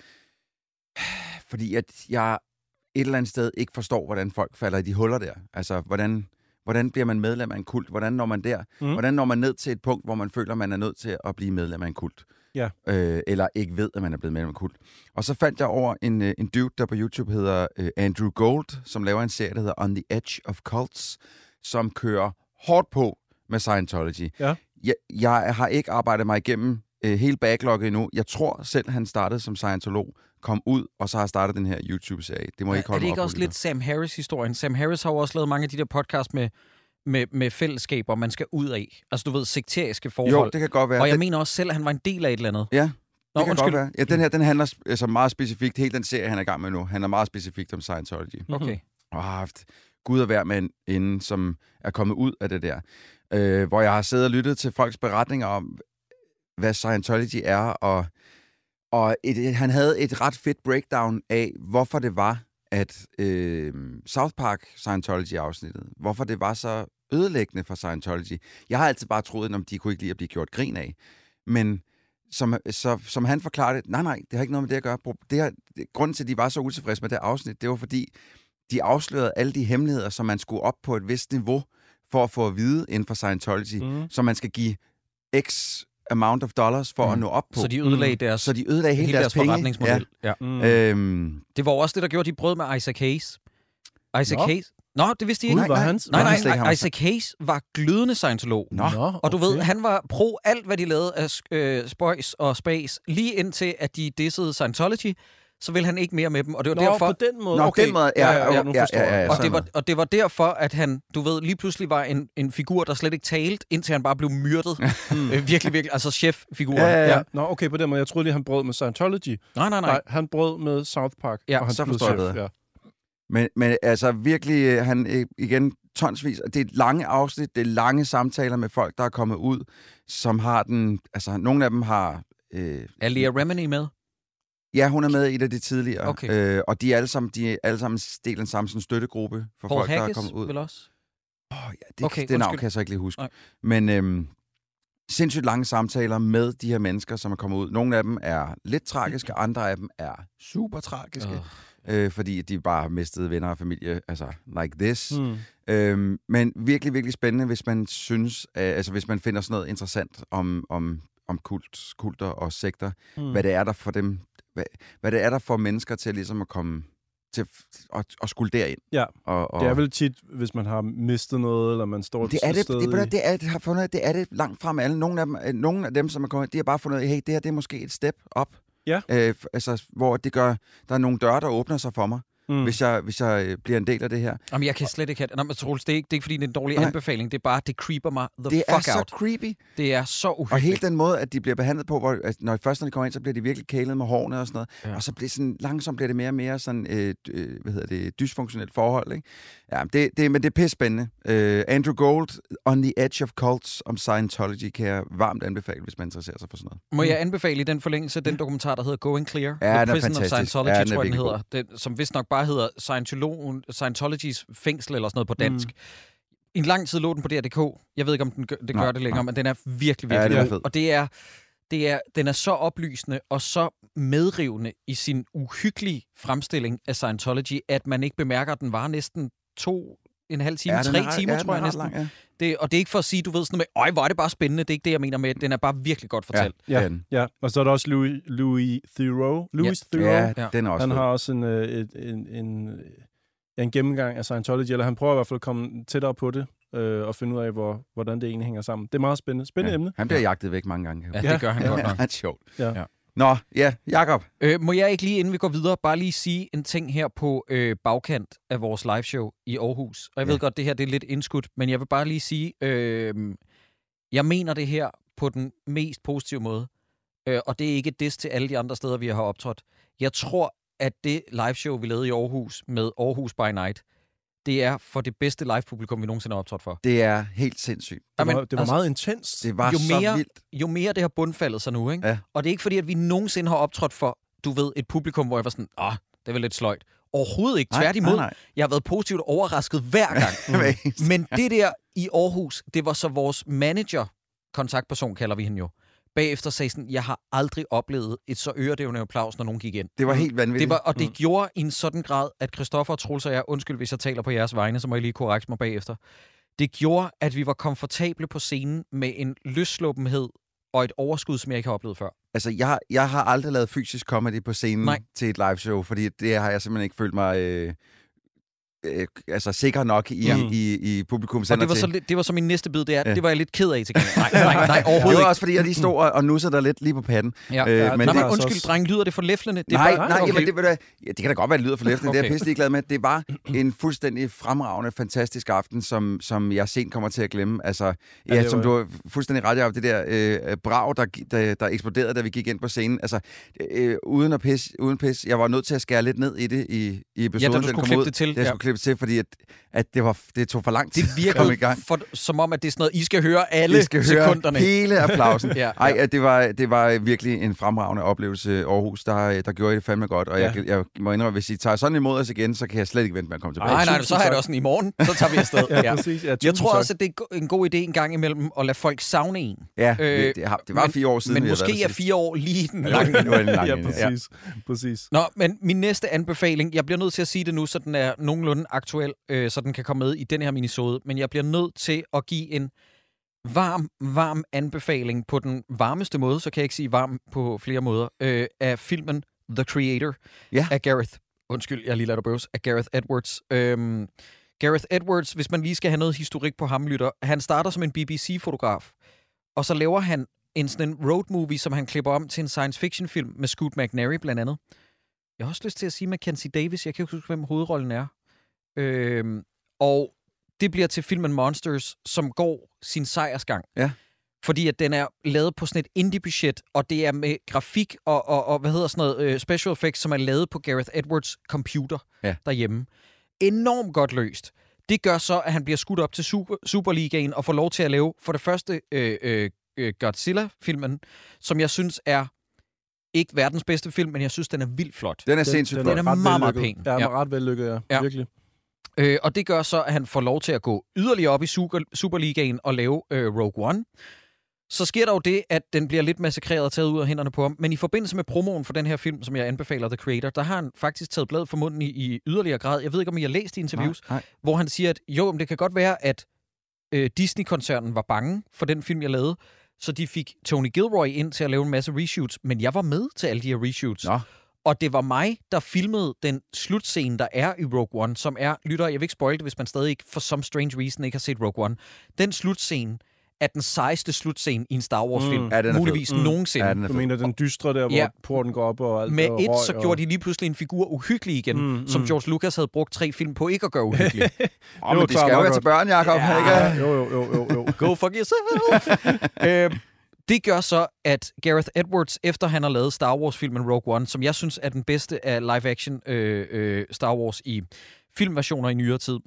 fordi at jeg et eller andet sted ikke forstår, hvordan folk falder i de huller der. Altså, hvordan... Hvordan bliver man medlem af en kult? Hvordan når man der? Mm. Hvordan når man ned til et punkt, hvor man føler, man er nødt til at blive medlem af en kult? Ja. Øh, eller ikke ved, at man er blevet medlem af en kult. Og så fandt jeg over en, en dude, der på YouTube hedder uh, Andrew Gold, som laver en serie, der hedder On the Edge of Cults, som kører hårdt på med Scientology. Ja. Jeg, jeg har ikke arbejdet mig igennem uh, hele backlogget endnu. Jeg tror selv, han startede som scientolog, kom ud, og så har startet den her YouTube-serie. Det må ja, ikke holde Er det ikke op også lidt Sam Harris-historien? Sam Harris har jo også lavet mange af de der podcasts med, med, med fællesskaber, man skal ud af. Altså, du ved, sekteriske forhold. Jo, det kan godt være. Og jeg den... mener også selv, at han var en del af et eller andet. Ja, det Nå, kan undskyld. godt være. Ja, den her, den handler altså meget specifikt, hele den serie, han er i gang med nu, handler meget specifikt om Scientology. Okay. Og har haft Gud og hver mand inden, som er kommet ud af det der. Øh, hvor jeg har siddet og lyttet til folks beretninger om, hvad Scientology er, og Og et, han havde et ret fedt breakdown af, hvorfor det var, at øh, South Park Scientology-afsnittet, hvorfor det var så ødelæggende for Scientology. Jeg har altid bare troet, at de kunne ikke lide at blive gjort grin af. Men som, så, som han forklarede, nej, nej, det har ikke noget med det at gøre. Det her, grunden til, at de var så utilfredse med det afsnit, det var fordi, de afslørede alle de hemmeligheder, som man skulle op på et vist niveau for at få at vide inden for Scientology, Mm. som man skal give x amount of dollars for Mm. at nå op på. Så de ødelagde deres, Så de ødelagde hele, hele deres, deres penge. forretningsmodel. Ja. Mm. Ja. Øhm, Det var også det, der gjorde de brød med Isaac Hayes. Isaac Nå. Hayes... Nå, det vidste de Gud, ikke. var nej, han... Nej, var han slet ikke nej, ham? Isaac Hayes var glødende scientolog. Nå. Nå, Og du okay. ved, han var pro alt, hvad de lavede af øh, spøjs og space, lige indtil, at de dissede Scientology, så ville han ikke mere med dem. Og det var Nå, derfor... på den måde. Nå, okay. den måde, ja, ja, ja, nu ja, forstår ja, ja, jeg. Og sådan det, var, noget. og det var derfor, at han, du ved, lige pludselig var en, en figur, der slet ikke talte, indtil han bare blev myrdet. øh, virkelig, virkelig. Altså chef-figuren. Ja, ja, ja. Ja. Nå, okay, på den måde. Jeg troede lige, han brød med Scientology. Nej, nej, nej. Nej, han brød med South Park. Ja, og han så blev forstår jeg chef, bedre. Ja. Men, men altså virkelig, øh, han øh, igen tonsvis, og det er et lange afsnit, det er lange samtaler med folk, der er kommet ud, som har den, altså nogle af dem har... Øh, Er Lea Remini med? ja, hun er med i et af de tidligere, Okay. øh, og de er alle sammen, de er alle sammen del af den samme sådan, støttegruppe for Paul folk, der er Haggis kommet ud. vel også? Åh, ja, det, Okay, okay, det navn undskyld. kan jeg så ikke lige huske. Nej. Men øhm, sindssygt lange samtaler med de her mennesker, som er kommet ud. Nogle af dem er lidt tragiske, andre af dem er super tragiske, Øh. øh, fordi de bare har mistet venner og familie, altså like this. Mm. Øhm, men virkelig, virkelig spændende, hvis man synes, øh, altså hvis man finder sådan noget interessant om, om, om kult, kulter og sekter, Mm. hvad det er der for dem, hvad, hvad det er der for mennesker til ligesom at komme til at, at skulle derind. Ja, og, og, det er vel tit, hvis man har mistet noget, eller man står det er et det, sted det, det, i- det, er, det har fundet, ud af, det er det langt frem alle. Nogle af dem, øh, nogle af dem som er kommet, de har bare fundet ud af, hey, det her det er måske et step op. Ja. Øh, altså, hvor det gør, der er nogle døre, der åbner sig for mig, Mm. hvis jeg, hvis jeg øh, bliver en del af det her. Jamen, jeg kan slet ikke have det. Nå, men Troels, det er ikke, det er ikke, fordi det er en dårlig Nej. anbefaling. Det er bare, det creeper mig the Det er fuck så out. creepy. Det er så uhyggeligt. Og hele den måde, at de bliver behandlet på, hvor altså, når først når de kommer ind, så bliver de virkelig kælet med hårene og sådan noget. Ja. Ja. Og så bliver sådan, langsomt bliver det mere og mere sådan, øh, øh, hvad hedder det, dysfunktionelt forhold, ikke? Ja, det, det, men det er pisse spændende. Uh, Andrew Gold, On the Edge of Cults om Scientology, kan jeg varmt anbefale, hvis man interesserer sig for sådan noget. Må jeg anbefale i den forlængelse den dokumentar, der hedder Going Clear? Ja, The den er Prison of fantastisk. Scientology, Ja, den er tror jeg, den virkelig hedder. Den, som vist nok bare hedder Scientologen, Scientologys fængsel eller sådan noget på dansk. Mm. I en lang tid lå den på D R punktum d k. Jeg ved ikke, om den gør, det gør Nej, det længere, nej. men den er virkelig, Ja, virkelig den er god. fed. Og det er, det er, den er så oplysende og så medrivende i sin uhyggelige fremstilling af Scientology, at man ikke bemærker, at den var næsten to en halv time, Ja, den tre er ret- timer, ja, den tror er jeg ret næsten. lang, ja. Det, og det er ikke for at sige, du ved sådan noget med, øj, hvor er det bare spændende. Det er ikke det, jeg mener med, den er bare virkelig godt fortalt. Ja, Ja, den. ja, og så er der også Louis, Louis Theroux. Louis Theroux. Ja, Ja. den er også Han fed. har også en, øh, et, en, en, en gennemgang af Scientology, eller han prøver i hvert fald at komme tættere på det, øh, og finde ud af, hvor, hvordan det egentlig hænger sammen. Det er meget spændende. Spændende Ja. emne. Han bliver jagtet væk mange gange. Ja, det gør han ja, godt nok. ret sjovt. Ja. Ja. Nå, ja, Jakob. Øh, må jeg ikke lige, inden vi går videre, bare lige sige en ting her på øh, bagkant af vores liveshow i Aarhus. Og jeg ved Ja. godt, det her det er lidt indskudt, men jeg vil bare lige sige, øh, jeg mener det her på den mest positive måde. Øh, og det er ikke et diss til alle de andre steder, vi har optrådt. Jeg tror, at det liveshow, vi lavede i Aarhus med Aarhus by Night, det er for det bedste live-publikum, vi nogensinde har optrådt for. Det er helt sindssygt. Det var, Jamen, det var altså, meget intens. Det var jo så mere, vildt. jo mere det har bundfaldet sig nu, ikke? Ja. Og det er ikke fordi, at vi nogensinde har optrådt for, du ved, et publikum, hvor jeg var sådan, ah, det er vel lidt sløjt. Overhovedet ikke. Nej, Tværtimod. nej, nej. Jeg har været positivt overrasket hver gang. Hver eneste Men det der i Aarhus, det var så vores manager, kontaktperson kalder vi hende jo, bagefter sagde sådan, jeg har aldrig oplevet et så øredævende applaus, når nogen gik ind. Det var helt vanvittigt. Det var, og det mm. gjorde i en sådan grad, at Christoffer og Troels og jeg, undskyld hvis jeg taler på jeres vegne, så må I lige korrekte mig bagefter, det gjorde, at vi var komfortable på scenen med en løssluppenhed og et overskud, som jeg ikke har oplevet før. Altså, jeg, jeg har aldrig lavet fysisk comedy på scenen Nej. til et liveshow, fordi det har jeg simpelthen ikke følt mig øh, øh, altså, sikker nok i, Ja. ja. i, i publikum. Og det var, så, lidt- det var så min næste bid, det er, Ja. det var jeg lidt ked af til gengæld. Nej, nej, nej, Det overhovedet var ikke. også, fordi jeg lige stod og, og nussede dig lidt lige på patten. Ja. Øh, Ja, men Men, det nej, var men altså undskyld, også- dreng, lyder det for læflende? Det er Nej, bare, nej, okay. jamen, det, ved du hvad, ja, det kan da godt være, det lyder for læftigt, okay. Det er Okay. jeg pisselig glad med. Det var en fuldstændig fremragende, fantastisk aften, som, som jeg sent kommer til at glemme. Altså, ja, Ja, ja det som var- du har fuldstændig ret i, det der øh, brag, der, der, der eksploderede, da vi gik ind på scenen. Altså, øh, uden at pisse, uden pis. Jeg var nødt til at skære lidt ned i det i, i episoden. Ja, da du den skulle kom klippe ud. det til, Da jeg ja. skulle klippe til, fordi at, at det, var, det tog for lang tid Det at komme i virker gang. for, som om, at det er sådan noget, I skal høre alle Vi skal sekunderne. høre hele applausen. ja, ja. Ej, at det var, det var virkelig en fremragende oplevelse Aarhus. Der, der gjorde I det fandme godt, og ja. jeg, jeg må indrømme, hvis I tager sådan imod os igen, så kan jeg slet ikke vente med at komme tilbage. Nej, nej, så har jeg det også en i morgen. Så tager vi afsted. ja, ja. præcis. Ja, Jeg tror også, at det er en god idé en gang imellem at lade folk savne en. Ja, Øh, det, det, har, det var men, fire år siden. Men vi måske havde er fire år lige den lange. Nu er den lange. Ja, præcis. præcis. Nå, men min næste anbefaling, jeg bliver nødt til at sige det nu, så den er nogenlunde aktuel, øh, så den kan komme med i den her minisode, men jeg bliver nødt til at give en varm, varm anbefaling på den varmeste måde, så kan jeg ikke sige varm på flere måder, øh, af filmen The Creator Ja. af Gareth. Undskyld, jeg lige lader dig bøves. Af Gareth Edwards. Øhm, Gareth Edwards, hvis man lige skal have noget historik på ham, lytter, han starter som en B B C-fotograf, og så laver han en sådan en road movie, som han klipper om til en science fiction film med Scoot McNairy blandt andet. Jeg har også lyst til at sige Mackenzie Davis. Jeg kan ikke huske, hvem hovedrollen er. Øhm, og det bliver til filmen Monsters, som går sin sejrsgang. Ja. Fordi at den er lavet på sådan et indie-budget, og det er med grafik og, og, og hvad hedder sådan noget, øh, special effects, som er lavet på Gareth Edwards computer Ja. derhjemme. Enormt godt løst. Det gør så, at han bliver skudt op til Super, Superligaen og får lov til at lave for det første øh, øh, Godzilla-filmen, som jeg synes er ikke verdens bedste film, men jeg synes, den er vildt flot. Den er sindssygt den flot. er meget, meget pæn. Ja, den Ja. er ret vellykket, ja. Ja. Virkelig. Øh, og det gør så, at han får lov til at gå yderligere op i Super, Superligaen og lave øh, Rogue One. Så sker der jo det, at den bliver lidt massakreret og taget ud af hænderne på ham. Men i forbindelse med promoen for den her film, som jeg anbefaler, The Creator, der har han faktisk taget bladet for munden i, i yderligere grad. Jeg ved ikke, om I har læst de interviews, Nej, nej. hvor han siger, at jo, men det kan godt være, at øh, Disney-koncernen var bange for den film, jeg lavede, så de fik Tony Gilroy ind til at lave en masse reshoots, men jeg var med til alle de her reshoots. Nå. Og det var mig, der filmede den slutscene, der er i Rogue One, som er, lytter, jeg vil ikke spoil det, hvis man stadig ikke, for some strange reason, ikke har set Rogue One. Den slutscene er den sejeste slutscene i en Star Wars-film. Mm. Ja, den er muligvis fed. mm. nogensinde. Ja, den er Du fed. mener, den dystre der, hvor Ja. porten går op og alt Med og et, røg, så og... gjorde de lige pludselig en figur uhyggelig igen, Mm, som mm. George Lucas havde brugt tre film på ikke at gøre uhyggelig. Åh, var men de klart skal jo meget være til godt. børn, Jacob. Ja. Ikke? Jo, jo, jo, jo, jo. Go fuck yourself! øh, det gør så, at Gareth Edwards, efter han har lavet Star Wars-filmen Rogue One, som jeg synes er den bedste af live-action øh, øh, Star Wars i filmversioner i nyere tid,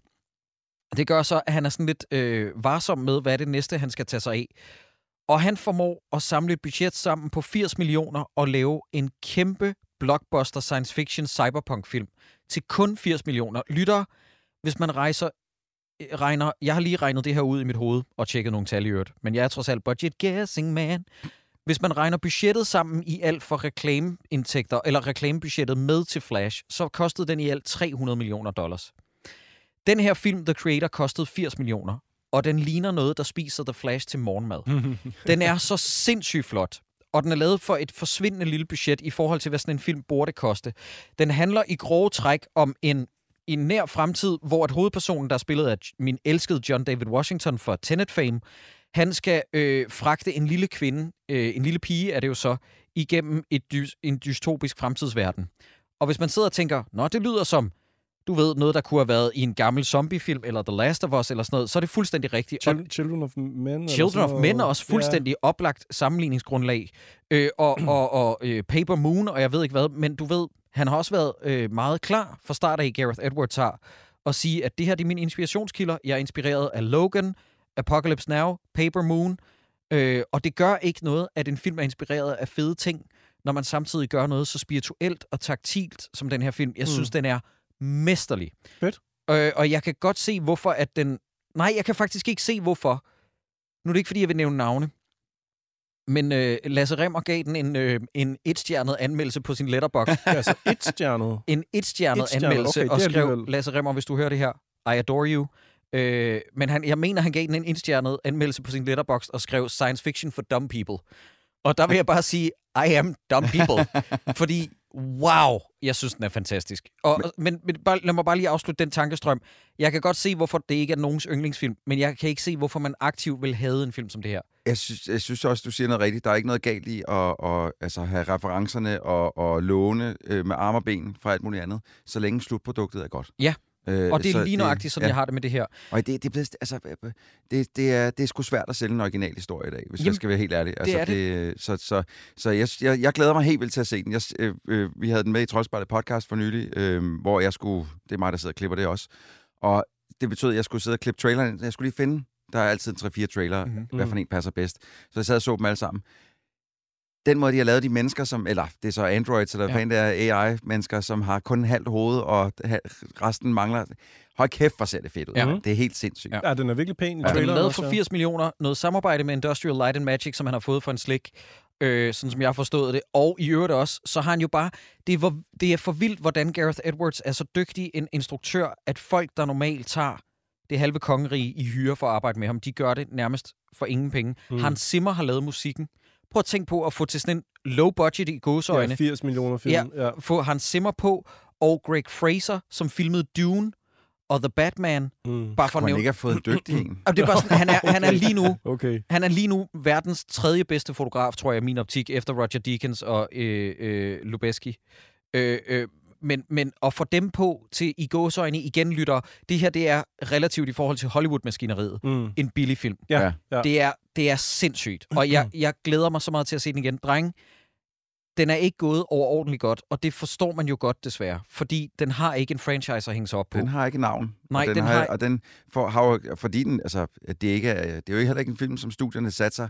det gør så, at han er sådan lidt øh, varsom med, hvad er det næste, han skal tage sig af. Og han formår at samle et budget sammen på firs millioner og lave en kæmpe blockbuster science fiction cyberpunk-film til kun firs millioner. Lytter, hvis man rejser regner, jeg har lige regnet det her ud i mit hoved og tjekket nogle tal i øvrigt, men jeg er trods alt budget guessing, man. Hvis man regner budgettet sammen i alt for reklameindtægter, eller reklamebudgettet med til Flash, så kostede den i alt tre hundrede millioner dollars. Den her film, The Creator, kostede firs millioner, og den ligner noget, der spiser The Flash til morgenmad. Den er så sindssygt flot, og den er lavet for et forsvindende lille budget i forhold til, hvad sådan en film burde koste. Den handler i grove træk om en i en nær fremtid, hvor at hovedpersonen, der er spillet af min elskede John David Washington for Tenet fame, han skal øh, fragte en lille kvinde, øh, en lille pige er det jo så, igennem et dy- en dystopisk fremtidsverden. Og hvis man sidder og tænker, nå, det lyder som, du ved, noget, der kunne have været i en gammel zombiefilm, eller The Last of Us, eller sådan noget, så er det fuldstændig rigtigt. Chil- Children of Men. Children of Men er også fuldstændig yeah. oplagt sammenligningsgrundlag. Øh, og og, og øh, Paper Moon, og jeg ved ikke hvad, men du ved, han har også været øh, meget klar fra start af, Gareth Edwards har, at sige, at det her det er mine inspirationskilder. Jeg er inspireret af Logan, Apocalypse Now, Paper Moon, øh, og det gør ikke noget, at en film er inspireret af fede ting, når man samtidig gør noget så spirituelt og taktilt som den her film. Jeg synes, mm. den er mesterlig. Fedt. Øh, og jeg kan godt se, hvorfor at den... Nej, jeg kan faktisk ikke se, hvorfor. Nu er det ikke, fordi jeg vil nævne navne. Men øh, Lasse Rimmer gav den en, øh, en et-stjernet anmeldelse på sin Letterboxd. Altså et-stjernet? En et-stjernet Et-stjernet, anmeldelse, okay, og det er skrev, alligevel- Lasse Rimmer, hvis du hører det her, I adore you. Øh, men han, jeg mener, han gav den en et-stjernet anmeldelse på sin Letterboxd og skrev science fiction for dumb people. Og der vil jeg bare sige, I am dumb people. Fordi, wow, jeg synes, den er fantastisk. Og, men, men, men bare, lad mig bare lige afslutte den tankestrøm. Jeg kan godt se, hvorfor det ikke er nogens yndlingsfilm, men jeg kan ikke se, hvorfor man aktivt vil have en film som det her. Jeg synes, jeg synes også, du siger noget rigtigt. Der er ikke noget galt i at, at altså, have referencerne og, og låne øh, med arme og ben fra alt muligt andet, så længe slutproduktet er godt. Ja. Øh, Og det er så lige nøjagtigt, sådan ja. jeg har det med det her. Og det, det, er blevet, altså, det, det, er, det er sgu svært at sælge en original historie i dag, hvis Jamen, jeg skal være helt ærlig. Altså, det er det. Så, så, så jeg, jeg, jeg glæder mig helt vildt til at se den. Jeg, øh, øh, vi havde den med i Troldspejlet podcast for nylig, øh, hvor jeg skulle... Det er mig, der sidder og klipper det også. Og det betød, at jeg skulle sidde og klippe traileren. Jeg skulle lige finde... Der er altid tre fire trailer, mm-hmm. hvad for en passer bedst. Så jeg sad og så dem alle sammen. Den måde, de har lavet de mennesker, som... Eller det er så Androids, eller hvad ja. det er A I-mennesker, som har kun en halvt hoved, og resten mangler... Hold kæft, hvor ser det fedt ud. Ja. Det er helt sindssygt. Ja, den er virkelig pæn i Og den traileren er lavet også, for ja. firs millioner. Noget samarbejde med Industrial Light and Magic, som han har fået for en slik. Øh, sådan som jeg har forstået det. Og i øvrigt også, så har han jo bare... Det er, hvor, det er for vildt, hvordan Gareth Edwards er så dygtig en instruktør, at folk, der normalt tager det halve kongerige i hyre for at arbejde med ham, de gør det nærmest for ingen penge. Mm. Hans Zimmer har lavet musikken. Prøv at tænke på at få til sådan en low budget i gåseøjne. Ja, firs millioner film. Ja, Ja. få Hans Zimmer på, og Greg Fraser, som filmede Dune og The Batman. Mm. Bare for at Kunne han nævne... ikke have fået en dygtig en? Og det er bare sådan, han er, han er lige nu... Okay. Han er lige nu verdens tredje bedste fotograf, tror jeg, i min optik, efter Roger Deakins og øh, øh, Lubeski. Øh, øh, men, men at få dem på til i gåseøjne igen lytter, det her det er relativt i forhold til Hollywood-maskineriet. Mm. En billig film. Ja, ja. Det, er, det er sindssygt. Og jeg, jeg glæder mig så meget til at se den igen. Dreng, den er ikke gået overordentligt godt, og det forstår man jo godt desværre, fordi den har ikke en franchise at hænge sig op på. Den har ikke navn. Nej, og den, den har, har- og den får, har jo, fordi den, altså, det er, ikke, det er jo heller ikke en film, som studierne satser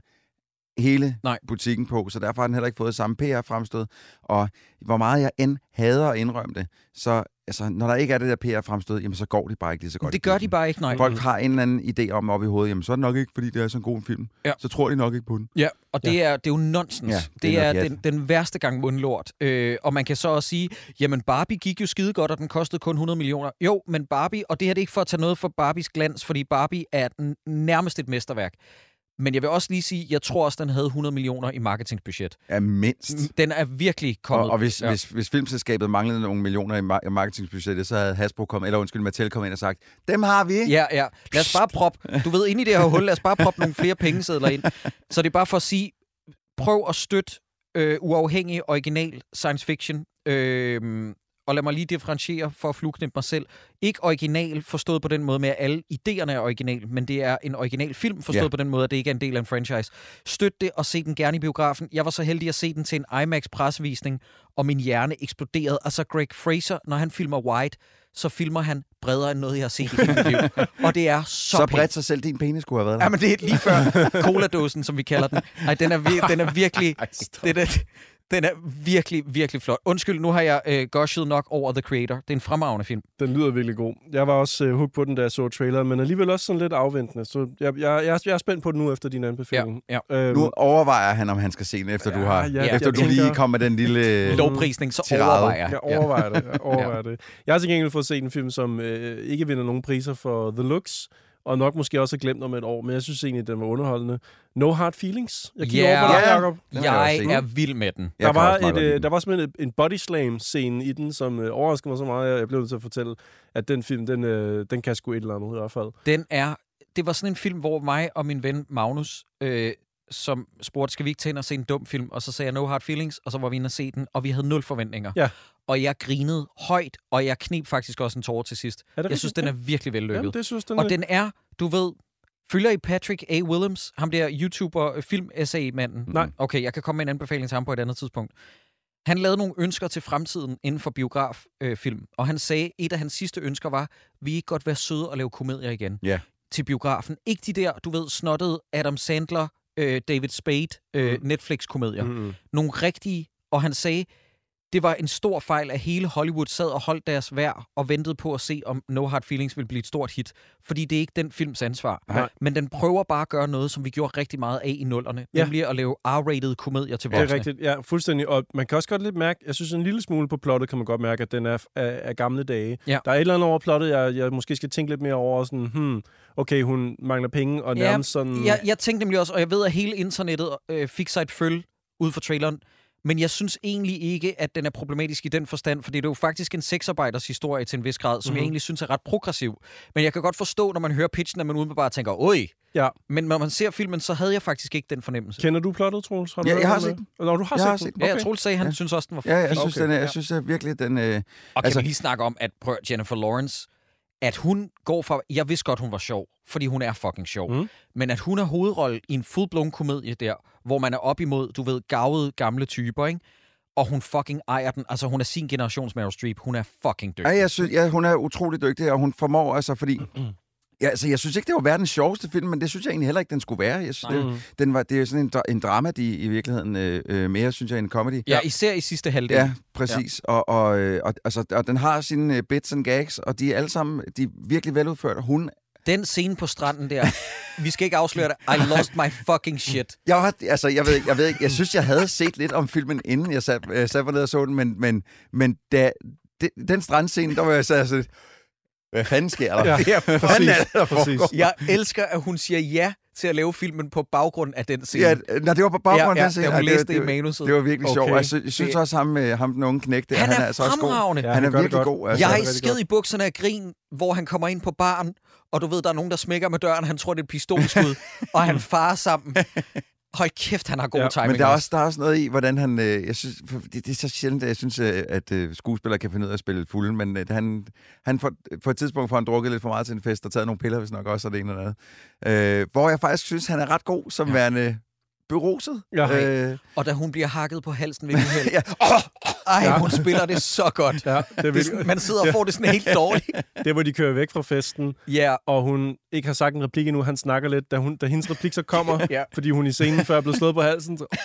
hele Nej. butikken på, så derfor har den heller ikke fået samme P R-fremstød. Og hvor meget jeg end hader at indrømme det, så altså, når der ikke er det der P R-fremstød, jamen så går det bare ikke lige så godt. Det gør de bare ikke, nej. Folk har en eller anden idé om op i hovedet, jamen så er det nok ikke, fordi det er sådan en god film. Ja. Så tror de nok ikke på den. Ja, og det, er, det er jo nonsens. Ja, Ja, det det er er, noget den, den værste gang mundlort. Øh, og man kan så også sige, jamen Barbie gik jo skide godt, og den kostede kun hundrede millioner. Jo, men Barbie, og det her det er ikke for at tage noget for Barbies glans, fordi Barbie er n- nærmest et mesterværk. Men jeg vil også lige sige, jeg tror også, den havde hundrede millioner i marketingsbudget. Ja, mindst. Den er virkelig kommet. Og, og hvis, ja. ja. hvis, hvis filmselskabet manglede nogle millioner i mar- marketingsbudgettet, så havde Hasbro kommet, eller undskyld, Mattel kommet ind og sagt, dem har vi. Ja, ja. Lad os bare proppe, du ved, inde i det her hul, lad os bare proppe nogle flere pengesedler ind. Så det er bare for at sige, prøv at støtte øh, uafhængig, original science fiction. Øh, og lad mig lige differentiere for at flueknippe mig selv. Ikke original forstået på den måde med, at alle idéerne er original, men det er en original film forstået Ja. på den måde, at det ikke er en del af en franchise. Støt det og se den gerne i biografen. Jeg var så heldig at se den til en IMAX pressevisning, og min hjerne eksploderede. Altså Greg Fraser, når han filmer White, så filmer han bredere end noget, jeg har set i hele mit liv. Og det er så, Så pænt. bredt sig selv din penis skulle have været der. Ja, men det er lige før cola-dåsen, som vi kalder den. Nej, den er, vir- den er virkelig... den, er, den er virkelig, virkelig flot. Undskyld, nu har jeg øh, gushet nok over The Creator. Det er en fremragende film. Den lyder virkelig god. Jeg var også øh, hooked på den, da jeg så traileren, men alligevel også sådan lidt afventende. Så jeg, jeg, jeg, jeg er spændt på den nu efter din anbefaling. Ja, Øhm, Nu overvejer han, om han skal se den, efter Ja, du har, ja, efter jeg du tænker- lige kom med den lille... Lovprisning, så tirade. overvejer jeg. Jeg overvejer det. Jeg, overvejer det. Jeg har til gengæld fået set en film, som øh, ikke vinder nogen priser for The Looks, og nok måske også har glemt om et år, men jeg synes egentlig, den var underholdende. No Hard Feelings. Jeg kigger Ja. over på dig, Ja. Jacob. Den har jeg Jeg også set. er vild med den. Jeg Der kan var, også meget et, godt lide øh, den. der var simpelthen en body slam-scene i den, som øh, overraskede mig så meget, at jeg blev nødt til at fortælle, at den film, den, øh, den kan sgu et eller andet i hvert fald. Den er... Det var sådan en film, hvor mig og min ven Magnus, øh, som spurgte, skal vi ikke tage ind og se en dum film? Og så sagde jeg No Hard Feelings, og så var vi inde og se den, og vi havde nul forventninger. Ja. Og jeg grinede højt, og jeg kneb faktisk også en tåre til sidst. Er det Jeg synes, den er virkelig vellykket. Jamen, det synes den Og den er, du ved, følger I Patrick A. Willems, ham der YouTuber, film-essay-manden? Nej. Okay, jeg kan komme med en anbefaling til ham på et andet tidspunkt. Han lavede nogle ønsker til fremtiden inden for biograffilm, øh, og han sagde, et af hans sidste ønsker var, vi ikke godt være søde og lave komedier igen Ja. til biografen. Ikke de der, du ved, snottede Adam Sandler, øh, David Spade, øh, Mm. Netflix-komedier. Mm-hmm. Nogle rigtige, og han sagde, det var en stor fejl, at hele Hollywood sad og holdt deres værd og ventede på at se, om No Hard Feelings ville blive et stort hit. Fordi det er ikke den films ansvar. Nej. Men den prøver bare at gøre noget, som vi gjorde rigtig meget af i nullerne. Ja. Nemlig at lave R-rated komedier til Det voksne. er rigtigt, ja, fuldstændig. Og man kan også godt lidt mærke, jeg synes en lille smule på plottet, kan man godt mærke, at den er af, af gamle dage. Ja. Der er et eller andet over plottet, jeg, jeg måske skal tænke lidt mere over, sådan, hmm, okay, hun mangler penge, og Ja, nærmest sådan... Jeg, jeg tænkte nemlig også, og jeg ved, at hele internettet øh, fik sig et føl ud fra traileren, men jeg synes egentlig ikke, at den er problematisk i den forstand, fordi det er jo faktisk en sexarbejders historie til en vis grad, som mm-hmm. jeg egentlig synes er ret progressiv. Men jeg kan godt forstå, når man hører pitchen, at man umiddelbart tænker, oj. Ja. Men når man ser filmen, så havde jeg faktisk ikke den fornemmelse. Kender du plottet, Troels? Har du Ja, hørt jeg har om set det? den. Nå, du har Jeg set har den? set den. Ja, jeg Okay. troede, sagde, han Ja. synes også, den var Ja, jeg fin. synes, Okay. den er, jeg Ja. synes at virkelig, den... Øh, Og kan altså- vi lige snakke om, at prøv, Jennifer Lawrence at hun går fra... Jeg vidste godt, hun var sjov, fordi hun er fucking sjov. Mm. Men at hun er hovedrolle i en full-blown komedie der, hvor man er op imod, du ved, gavede gamle typer, ikke? Og hun fucking ejer den. Altså, hun er sin generations Meryl Streep. Hun er fucking dygtig. Ja, jeg synes, ja, hun er utrolig dygtig, og hun formår altså, fordi... Ja, altså, jeg synes ikke, det var verdens sjoveste film, men det synes jeg egentlig heller ikke, den skulle være. Jeg synes, det, den var, det er sådan en, en dramedy i virkeligheden øh, øh, mere, synes jeg, end en comedy. Ja, især i sidste halvdel. Ja, præcis. Ja. Og, og, øh, og, altså, og den har sine bits and gags, og de er alle sammen de er virkelig veludført. Hun... Den scene på stranden der, vi skal ikke afsløre det. I lost my fucking shit. Jeg, var, altså, jeg, ved ikke, jeg ved ikke, jeg synes, jeg havde set lidt om filmen, inden jeg sat, jeg sat mig ned og så den, men, men, men da, de, den strandscene, der var jeg så altså, hvad fanden sker der? Ja, det er fanden, er der foregår? Jeg elsker, at hun siger ja til at lave filmen på baggrund af den scene. Ja, nej, det var på baggrund af ja, ja, den scene. da hun Ja, læste det, det i det, manuset. det var virkelig Okay. sjovt. Jeg synes, jeg synes også, ham, ham den unge knægte, Han han er er altså også god. fremragende. Ja, Han er gør det virkelig godt. god. Altså. Jeg er det er skid i bukserne af grin, hvor han kommer ind på baren, og du ved, der er nogen, der smækker med døren, han tror, det er et pistolskud, og han farer sammen. Hold kæft, han har god Ja, timing. Men der er, også, der er også noget i, hvordan han... Øh, jeg synes, for det, det er så sjældent, at jeg synes, øh, at øh, skuespillere kan finde ud af at spille fulde, men øh, han, han for, på et tidspunkt får han drukket lidt for meget til en fest, og taget nogle piller, hvis nok også, og det ene eller andet. Øh, hvor jeg faktisk synes, han er ret god som ja. værende beruset. Ja. Øh, Og da hun bliver hakket på halsen ved uheld. ja. Oh! Ej, Ja. hun spiller det så godt. Ja, det er Det er sådan, man sidder og får det sådan helt dårligt. Det er, hvor de kører væk fra festen, Ja, og hun ikke har sagt en replik endnu. Han snakker lidt, da, hun, da hendes replik så kommer, Ja. fordi hun i scenen før er blevet slået på halsen. Så...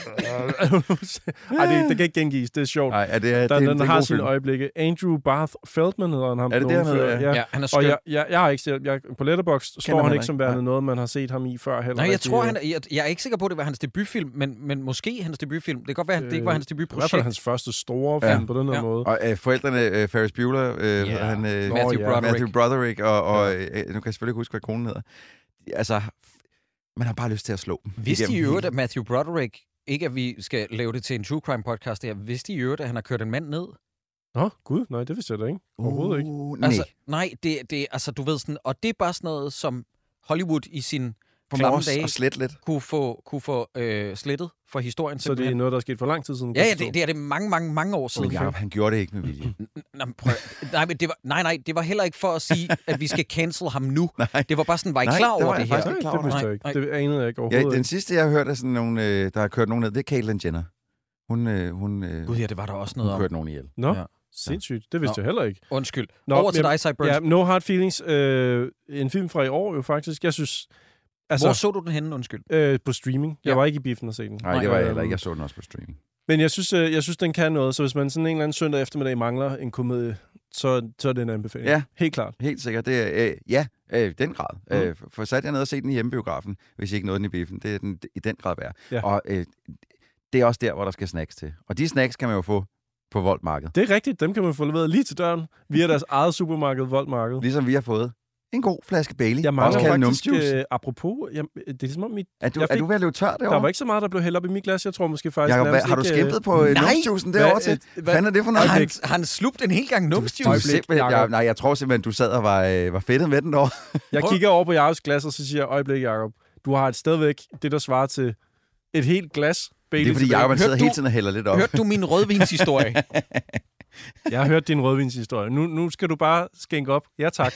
Ej, det, det kan ikke gengives. Det er sjovt. Nej, er det, er, Der, det, den det er har god sine film. øjeblikke. Andrew Barth Feldman hedder han. Ham Er det på det, han nogen hedder? før. Ja. ja, han er skøn. Og jeg, jeg, jeg har ikke set, jeg, på Letterboxd står man han ikke. ikke som værende Nej. noget, man har set ham i før heller. Nej, jeg rigtig. tror, han, jeg, jeg er ikke sikker på, at det var hans debutfilm, men, men måske hans debutfilm. Det kan godt være, at det ikke var hans I hvert fald debutprojekt. hans første store Ja. film på den her Ja. måde. Og øh, forældrene, øh, Ferris Bueller, øh, Ja. yeah. han, øh, Nå, Matthew ja. Broderick. Matthew Broderick, og, og øh, nu kan jeg selvfølgelig ikke huske, hvad konen hedder. Altså, man har bare lyst til at slå dem. Vidste I i igennem øvrigt, hele- at Matthew Broderick, ikke at vi skal lave det til en true crime podcast her, vidste I i øvrigt, at han har kørt en mand ned? Nå, gud, nej, det vidste jeg da ikke. Overhovedet ikke. Uh, nej. Altså, nej, det, det, altså, du ved sådan, og det er bare sådan noget, som Hollywood i sin klamme Formår dage at slette lidt. kunne få, kunne få øh, slettet for historien. Så det er simpelthen. noget, der er sket for lang tid siden? Ja, ja, det, det er det mange, mange, mange år siden. Men Jacob, han gjorde det ikke med vilje. Nå, men prøv, nej, men det var, nej, nej, det var heller ikke for at sige, at vi skal cancel ham nu. Nej. Det var bare sådan, var I Nej, klar det over var det jeg her? faktisk Nej, klar det over. vidste jeg Nej, ikke. Det anede jeg ikke Ja, overhovedet. den sidste, jeg har hørt, er sådan nogle, øh, der har kørt nogen ned, det er Caitlyn Jenner. Hun, øh, hun, øh, Gud ja, det var der også hun noget om. kørte nogen ihjel. Nå, Ja. sindssygt. Det vidste Nå. jeg heller ikke. Undskyld. Nå, Over til men- dig, Cyburns. Ja, No Hard Feelings. Øh, en film fra i år jo faktisk. Jeg synes... Altså, Hvor så du den henne, undskyld? øh, på streaming. Jeg Ja. var ikke i biffen og se den. Nej, det var jeg Øh, heller ikke. Jeg så den også på streaming. Men jeg synes, øh, jeg synes, den kan noget. Så hvis man sådan en eller anden søndag eftermiddag mangler en komedie, så, så er det en anbefaling. Ja. Helt klart. Helt sikkert. Det er, øh, ja, øh, den grad. Mm. Øh, for sat jeg ned og se den i hjemmebiografen, hvis I ikke nåede den i biffen. Det er den i den grad værd. Ja. Og øh, det er også der, hvor der skal snacks til. Og de snacks kan man jo få på Voltmarkedet. Det er rigtigt. Dem kan man få leveret lige til døren via deres eget supermarked, Voltmarked. Ligesom vi har fået en god flaske Bailey. Jeg mangler også kaldet faktisk, numsjuice. øh, apropos, jeg, det er som om mit, Er du, jeg er fik- du ved at løbe tør der derovre? var ikke så meget, der blev hældt op i mit glas. Jeg tror måske faktisk... Jacob, hvad, nærmest har du ikke, skæmpet på øh, Nej! numsjuicen derovre Hvad- til? øh, Hvad fanden er det for noget? Har han, øjeblik. har han slugt en hel gang Du, numsjuice? du, Øjeblik, simpelthen, Jacob. jeg, nej, jeg tror simpelthen, du sad og var, øh, var fedtet med den derovre. Jeg kigger over på Jacobs glas, og så siger jeg, øjeblik, Jacob, du har et stadigvæk det, der svarer til et helt glas Bailey. Det er fordi, tilbage. Jacob han sidder Hørte hele du- tiden og hælder lidt op. Hørte du min rødvinshistorie? Jeg har hørt din rødvinshistorie. Nu, nu skal du bare skænke op. Ja, tak.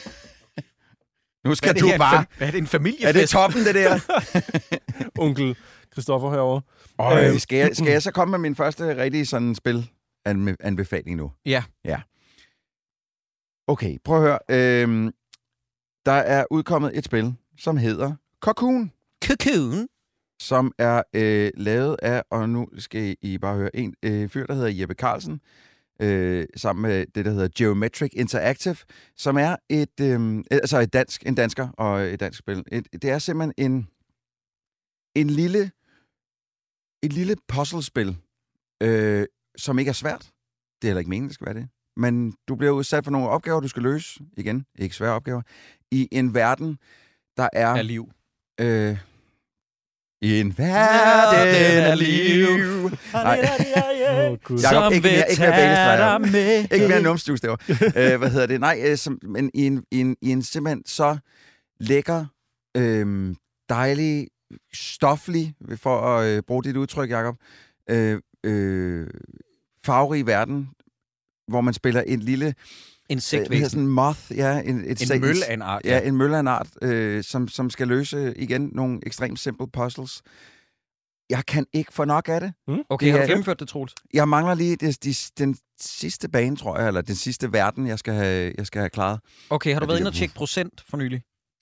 Nu Hvad er skal det du her, en bare... fam- Hvad er det, en familiefest? Er det toppen, det der? Onkel Christoffer herovre. Øj, Øhm. skal, jeg, skal jeg så komme med min første rigtige sådan spil anbefaling nu? Ja. Ja. Okay, prøv at høre. Øhm, der er udkommet et spil, som hedder Cocoon, Cocoon. som er øh, lavet af, og nu skal I bare høre, en øh, fyr, der hedder Jeppe Carlsen, øh, sammen med det, der hedder Geometric Interactive, som er et, øh, altså et dansk, en dansker og et dansk spil. Et, det er simpelthen en, en lille, et lille puzzlespil, øh, som ikke er svært. Det er heller ikke meningen, det skal være det. Men du bliver udsat for nogle opgaver, du skal løse. Igen, ikke svære opgaver. I en verden, der er... Af liv. Øh, I en verden af liv. Nej. Åh, Gud. Jacob, ikke mere, ikke mere Bailey-streger. med. Ikke mere numsjuice derovre. øh, hvad hedder det? Nej, øh, som, men i en, i, en, i en simpelthen så lækker, øh, dejlig, stoflig, for at øh, bruge dit udtryk, Jacob, øh, øh, farverig verden, hvor man spiller en lille Insektvæsen. Sådan en moth, ja. En, et en mølle af en art. Ja, en mølle af en art, øh, som, som skal løse, igen, nogle ekstremt simple puzzles. Jeg kan ikke få nok af det. Mm. Okay, det har du er- gennemført det, Troels? Jeg mangler lige det, de, den sidste bane, tror jeg, eller den sidste verden, jeg skal have, jeg skal have klaret. Okay, har du Ja, været det inde er- og tjekke procent for nylig?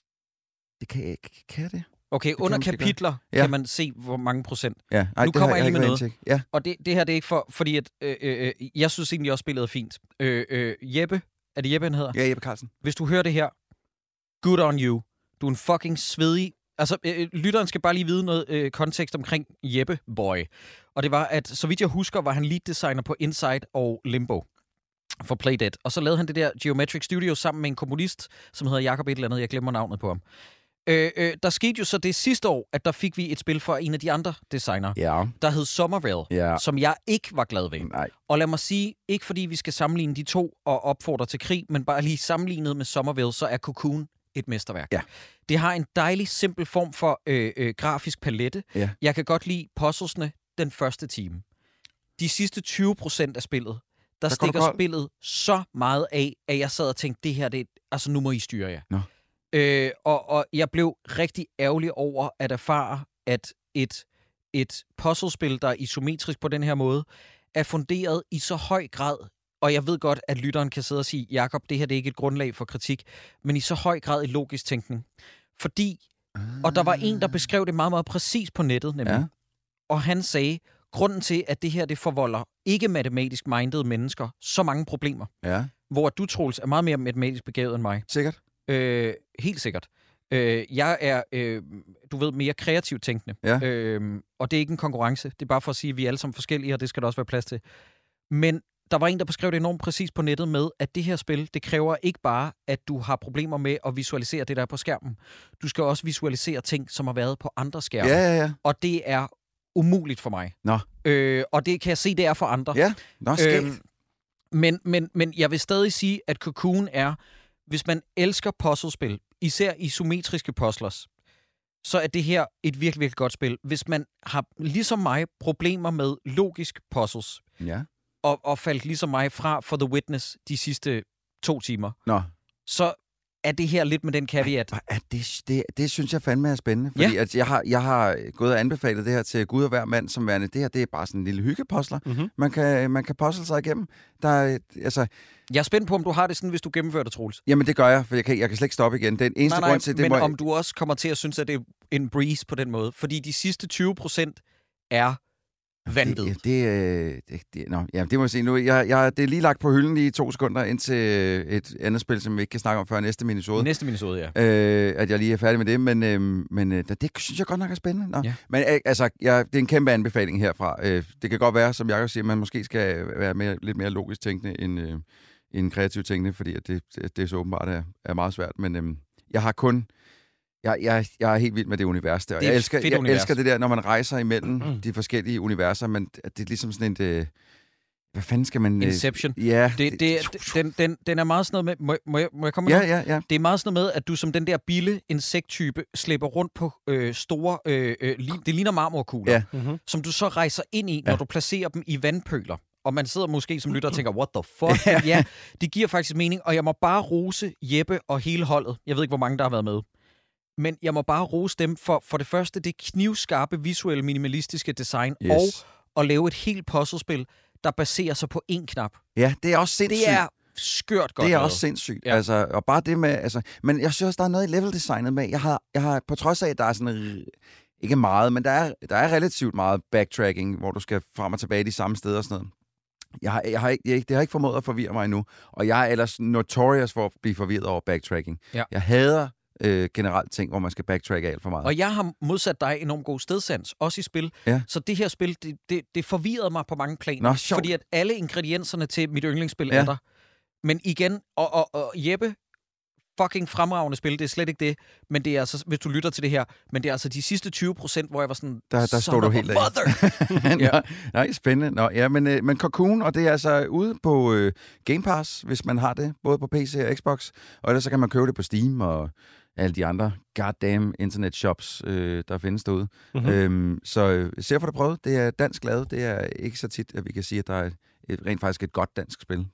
Det kan jeg ikke. Kan jeg det? Okay, kan under jeg måske gøre. kapitler Ja. kan man se, hvor mange procent. Ja, ej, Nu det kommer har jeg lige ikke med været inde at tjekke. Ja, Og det, det her, det er ikke for, fordi at, øh, øh, jeg synes egentlig også, spillet er fint. Øh, øh, Jeppe, er det Jeppe, han hedder? ja, Jeppe Carlsen. Hvis du hører det her, good on you. Du er en fucking svedig... Altså, øh, lytteren skal bare lige vide noget øh, kontekst omkring Jeppe Boy. Og det var, at så vidt jeg husker, var han lead designer på Inside og Limbo for Playdead. Og så lavede han det der Geometric Studio sammen med en komponist, som hedder Jakob et eller andet. Jeg glemmer navnet på ham. Øh, øh, der skete jo så det sidste år, at der fik vi et spil fra en af de andre designer, Ja. der hed Somerville, Ja. som jeg ikke var glad ved. Nej. Og lad mig sige, ikke fordi vi skal sammenligne de to og opfordre til krig, men bare lige sammenlignet med Somerville, så er Cocoon et mesterværk. Ja. Det har en dejlig, simpel form for øh, øh, grafisk palette. Ja. Jeg kan godt lide puzzlesne den første time. De sidste tyve procent af spillet, der, Der går du stikker kold. spillet så meget af, at jeg sad og tænkte, det her, det, altså nu må I styre jer. Nå. Øh, og, og jeg blev rigtig ærgerlig over at erfare, at et, et puzzlespil, der er isometrisk på den her måde, er funderet i så høj grad, og jeg ved godt, at lytteren kan sidde og sige, Jakob, det her det er ikke et grundlag for kritik, men i så høj grad i logisk tænkning. Fordi, og der var en, der beskrev det meget, meget præcis på nettet, nemlig. Ja. Og han sagde, grunden til, at det her det forvolder ikke matematisk mindede mennesker så mange problemer, Ja, hvor du, Troels, er meget mere matematisk begavet end mig. sikkert. Øh, helt sikkert. Øh, jeg er, øh, du ved, mere kreativt tænkende. Ja. Øh, og det er ikke en konkurrence. Det er bare for at sige, at vi er alle sammen forskellige, og det skal der også være plads til. Men der var en, der beskrev det enormt præcis på nettet med, at det her spil, det kræver ikke bare, at du har problemer med at visualisere det, der er på skærmen. Du skal også visualisere ting, som har været på andre skærme. Ja, ja, ja. Og det er umuligt for mig. Nå. Øh, og det kan jeg se, det er for andre. Ja, nå, skægt. Øhm, men, men, men jeg vil stadig sige, at Cocoon er, hvis man elsker puzzlespil, især isometriske puzzlers, så er det her et virkelig, virkelig godt spil. Hvis man har, ligesom mig, problemer med logisk puzzles, Ja. og, og faldt ligesom mig fra for The Witness de sidste to timer, Nå. så er det her lidt med den caveat. Hvor er det, det, det synes jeg fandme er spændende, fordi Ja. at jeg, har, jeg har gået og anbefalet det her til Gud og hver mand som værende. Det her, det er bare sådan en lille hyggepuzzler. Mm-hmm. Man kan, man kan puzzle sig igennem. Der er, altså, Jeg er spændt på, om du har det sådan, hvis du gennemfører det, Troels. jamen det gør jeg, for jeg kan, jeg kan slet ikke stoppe igen. Den eneste Nej, nej, grund til, det men må jeg- om du også kommer til at synes, at det er en breeze på den måde. Fordi de sidste tyve procent er vanvid. Det, det, øh, det, det, nå, ja, det må jeg sige nu. Jeg, jeg, det er lige lagt på hylden i to sekunder, indtil øh, et andet spil, som vi ikke kan snakke om før næste minisode. Næste minisode, ja. Øh, at jeg lige er færdig med det, men, øh, men øh, det synes jeg godt nok er spændende. Nå. Ja. Men øh, altså, jeg, det er en kæmpe anbefaling herfra. Øh, det kan godt være, som jeg siger, man måske skal være mere, lidt mere logisk tænkende end, øh, end kreativt tænkende, fordi at det, det, det er så åbenbart er, er meget svært. Men øh, jeg har kun... Jeg, jeg, jeg er helt vild med det univers der. Det er Jeg et elsker, fedt jeg univers. elsker det der, når man rejser imellem Mm. de forskellige universer, men at det er ligesom sådan et... Øh, hvad fanden skal man... øh, Inception. Ja, Det, det, det, den, den, den er meget sådan noget med... Må, må, jeg, må jeg komme med ja, noget? ja, ja. Det er meget sådan noget med, at du som den der bille insekttype slæber rundt på øh, store... Øh, øh, li, det ligner marmorkugler, Ja. Mm-hmm. som du så rejser ind i, Ja. når du placerer dem i vandpøler. Og man sidder måske som lytter og tænker, what the fuck? Ja. ja, det giver faktisk mening. Og jeg må bare rose Jeppe og hele holdet. Jeg ved ikke, hvor mange der har været med. Men jeg må bare rose dem for, for det første, det knivskarpe, visuelle, minimalistiske design, Yes. og at lave et helt puzzlespil, der baserer sig på én knap. Ja, det er også sindssygt. Det er skørt godt Det er lavet. også sindssygt. Ja. Ja. Altså, og bare det med, altså, men jeg synes også, der er noget i leveldesignet med. Jeg har, jeg har på trods af, at der er sådan, ikke meget, men der er, der er relativt meget backtracking, hvor du skal frem og tilbage de samme steder og sådan noget. Jeg har, jeg har ikke, jeg, det har ikke formået at forvirre mig endnu, og jeg er ellers notorious for at blive forvirret over backtracking. Ja. Jeg hader øh, generelt ting, hvor man skal backtracke alt for meget. Og jeg har modsat dig enormt god stedsans, også i spil. Ja. Så det her spil, det, det, det forvirrede mig på mange planer. Nå, sjovt. Fordi at alle ingredienserne til mit yndlingsspil Ja. er der. Men igen, og, og, og Jeppe, fucking fremragende spil, det er slet ikke det. Men det er altså, hvis du lytter til det her, men det er altså de sidste tyve procent, hvor jeg var sådan... Der, der "Son står du of a helt af. mother!" ja. Nej, spændende. Nå, ja, men, øh, men Cocoon, og det er altså ude på øh, Game Pass, hvis man har det, både på P C og Xbox. Og ellers så kan man købe det på Steam og alle de andre goddamn internet shops, øh, der findes derude. Mm-hmm. Øhm, så øh, se at få det prøvet. Det er dansk lavet. Det er ikke så tit, at vi kan sige, at der er et, rent faktisk et godt dansk spil derude.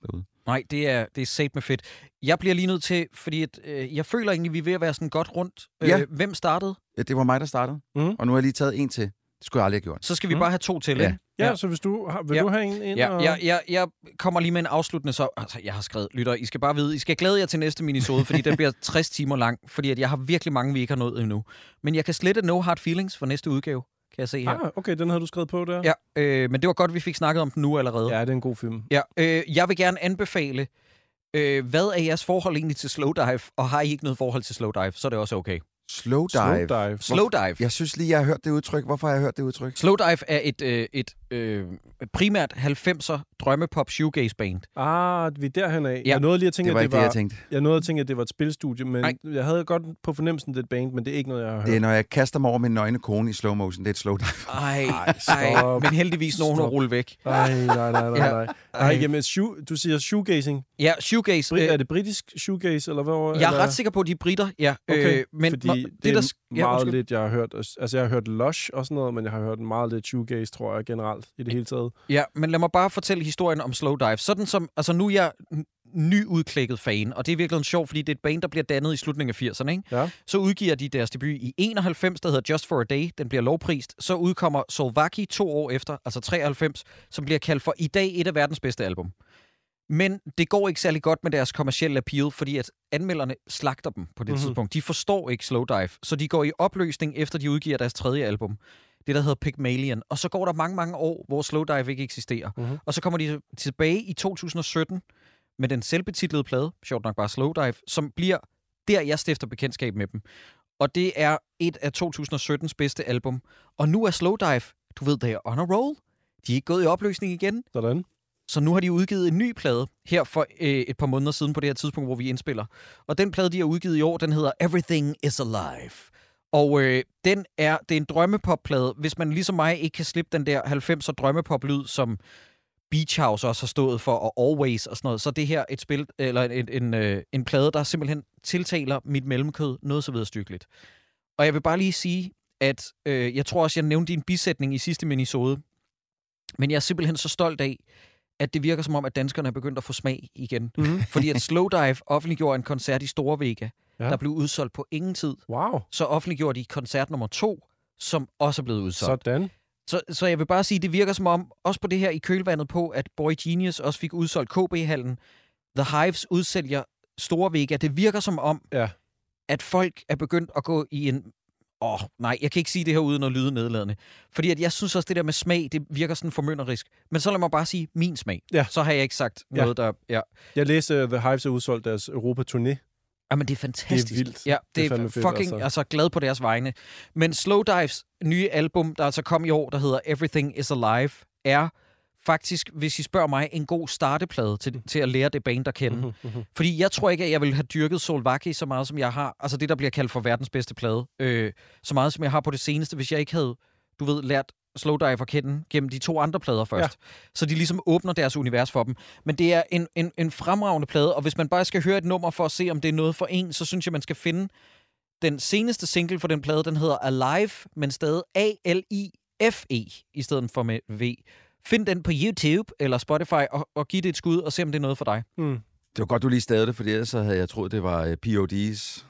Nej, det er, det er sat med fedt. Jeg bliver lige nødt til, fordi at, øh, jeg føler egentlig, vi er ved at være sådan godt rundt. Øh, Ja. Hvem startede? Ja, det var mig, der startede. Mm. Og nu har jeg lige taget en til. Det skulle jeg aldrig have gjort. Så skal vi Mm. bare have to til, Ja. ikke? Ja, ja, så hvis du har, vil Ja. du have en ind? Ja, og... jeg, jeg, jeg kommer lige med en afsluttende så. Altså, jeg har skrevet, lytter, I skal bare vide, I skal glæde jer til næste minisode, fordi den bliver tres timer lang, fordi at jeg har virkelig mange, vi ikke har nået endnu. Men jeg kan slette No Hard Feelings for næste udgave, kan jeg se her. Ah, okay, den havde du skrevet på der? Ja, øh, men det var godt, vi fik snakket om den nu allerede. Ja, det er en god film. Ja, øh, jeg vil gerne anbefale, øh, hvad er jeres forhold egentlig til slow dive, og har I ikke noget forhold til slow dive, så er det også okay. Slow dive. Slow dive. Slow dive. Jeg synes lige, jeg har hørt det udtryk. Hvorfor har jeg hørt det udtryk? Slow dive er et, øh, et øh, primært halvfemser drømmepop shoegaze band. Ah, vi er derhen af. Ja. Jeg nåede lige at tænke, Det var at ikke det det, var... jeg tænkte. Jeg nåede at tænke, at det var et spilstudie, men Nej. jeg havde godt på fornemmelsen, det er et band, men det er ikke noget, jeg har hørt. Det er, når jeg kaster mig over min nøgne kone i slow motion. Det er et slow dive. Ej, Ej, ej, stop. men heldigvis nogen at Stop. rulle væk. Nej, nej, nej, nej, Ja. nej. Ej. Nej, jamen, shoe, du siger shoegazing. Ja, shoegaze. Bri- Øh, er det britisk shoegaze, eller hvad? jeg er eller? ret sikker på, at de er britter, ja. Okay, øh, men fordi når- det, det er der, sk- ja, meget undskyld. lidt, jeg har hørt. Altså, jeg har hørt Lush og sådan noget, men jeg har hørt meget lidt shoegaze, tror jeg, generelt i det hele taget. Ja, men lad mig bare fortælle historien om slow dive. Sådan som, altså nu er jeg n- nyudklækket fan, og det er virkelig sjovt, fordi det er et band, der bliver dannet i slutningen af firserne, ikke? Ja. Så udgiver de deres debut i enoghalvfems, der hedder Just for a Day. Den bliver lovprist. Så udkommer Solvaki to år efter, altså treoghalvfems, som bliver kaldt for i dag et af verdens bedste album. Men det går ikke særlig godt med deres kommercielle appeal, fordi at anmelderne slagter dem på det Mhm. tidspunkt. De forstår ikke slow dive, så de går i opløsning, efter de udgiver deres tredje album. Det, der hedder Pygmalion. Og så går der mange, mange år, hvor slow dive ikke eksisterer. Mhm. Og så kommer de tilbage i to tusind og sytten med den selvbetitlede plade, sjovt nok bare slow dive, som bliver der, jeg stifter bekendtskab med dem. Og det er et af to tusind og syttens bedste album. Og nu er slow dive, du ved, det er on a roll. De er ikke gået i opløsning igen. Sådan. Så nu har de udgivet en ny plade her for øh, et par måneder siden på det her tidspunkt, hvor vi indspiller. Og den plade, de har udgivet i år, den hedder Everything is Alive. Og øh, den er, det er en drømmepopplade. Hvis man ligesom mig ikke kan slippe den der halvfemser drømmepop-lyd, som Beach House også har stået for, og Always og sådan noget, så det her et spil, eller en, en, øh, en plade, der simpelthen tiltaler mit mellemkød noget så vederstykkeligt. Og jeg vil bare lige sige, at øh, jeg tror også, jeg nævnte din bisætning i sidste minisode, men jeg er simpelthen så stolt af, at det virker som om, at danskerne er begyndt at få smag igen. Mm-hmm. Fordi at Slow Dive offentliggjorde en koncert i Store Vega, Ja. ja. der blev udsolgt på ingen tid. Wow. Så offentliggjorde de koncert nummer to, som også er blevet udsolgt. Sådan. Så, så jeg vil bare sige, det virker som om, også på det her i kølvandet på, at Boy Genius også fik udsolgt K B-hallen. The Hives udsælger Store Vega. Det virker som om, Ja. at folk er begyndt at gå i en... Åh, oh, nej, jeg kan ikke sige det her uden at lyde nedladende. Fordi at jeg synes også, det der med smag, det virker sådan formynderisk. Men så lad mig bare sige min smag. Ja. Så har jeg ikke sagt Ja. noget, der... Ja. Jeg læste, uh, The Hives har udsolgt deres Europa-turné. Jamen, det er fantastisk. Det er vildt. Ja, det, Det er er, fandme fedt, fucking altså. altså. glad på deres vegne. Men Slow Dives nye album, der altså kom i år, der hedder Everything is Alive, er faktisk, hvis I spørger mig, en god starteplade til, til at lære det band at kende. Mm-hmm. Mm-hmm. Fordi jeg tror ikke, at jeg ville have dyrket Solvaki så meget, som jeg har. Altså det, der bliver kaldt for verdens bedste plade. Øh, så meget, som jeg har på det seneste, hvis jeg ikke havde, du ved, lært Slow Dive at kende gennem de to andre plader først. Ja. Så de ligesom åbner deres univers for dem. Men det er en, en, en fremragende plade, og hvis man bare skal høre et nummer for at se, om det er noget for en, så synes jeg, man skal finde den seneste single for den plade. Den hedder Alive, men stadig A L I F E i stedet for med V. Find den på YouTube eller Spotify og, og giv det et skud og se, om det er noget for dig. Mm. Det var godt, du lige stavede det, for ellers så havde jeg troet, det var uh, P O D's.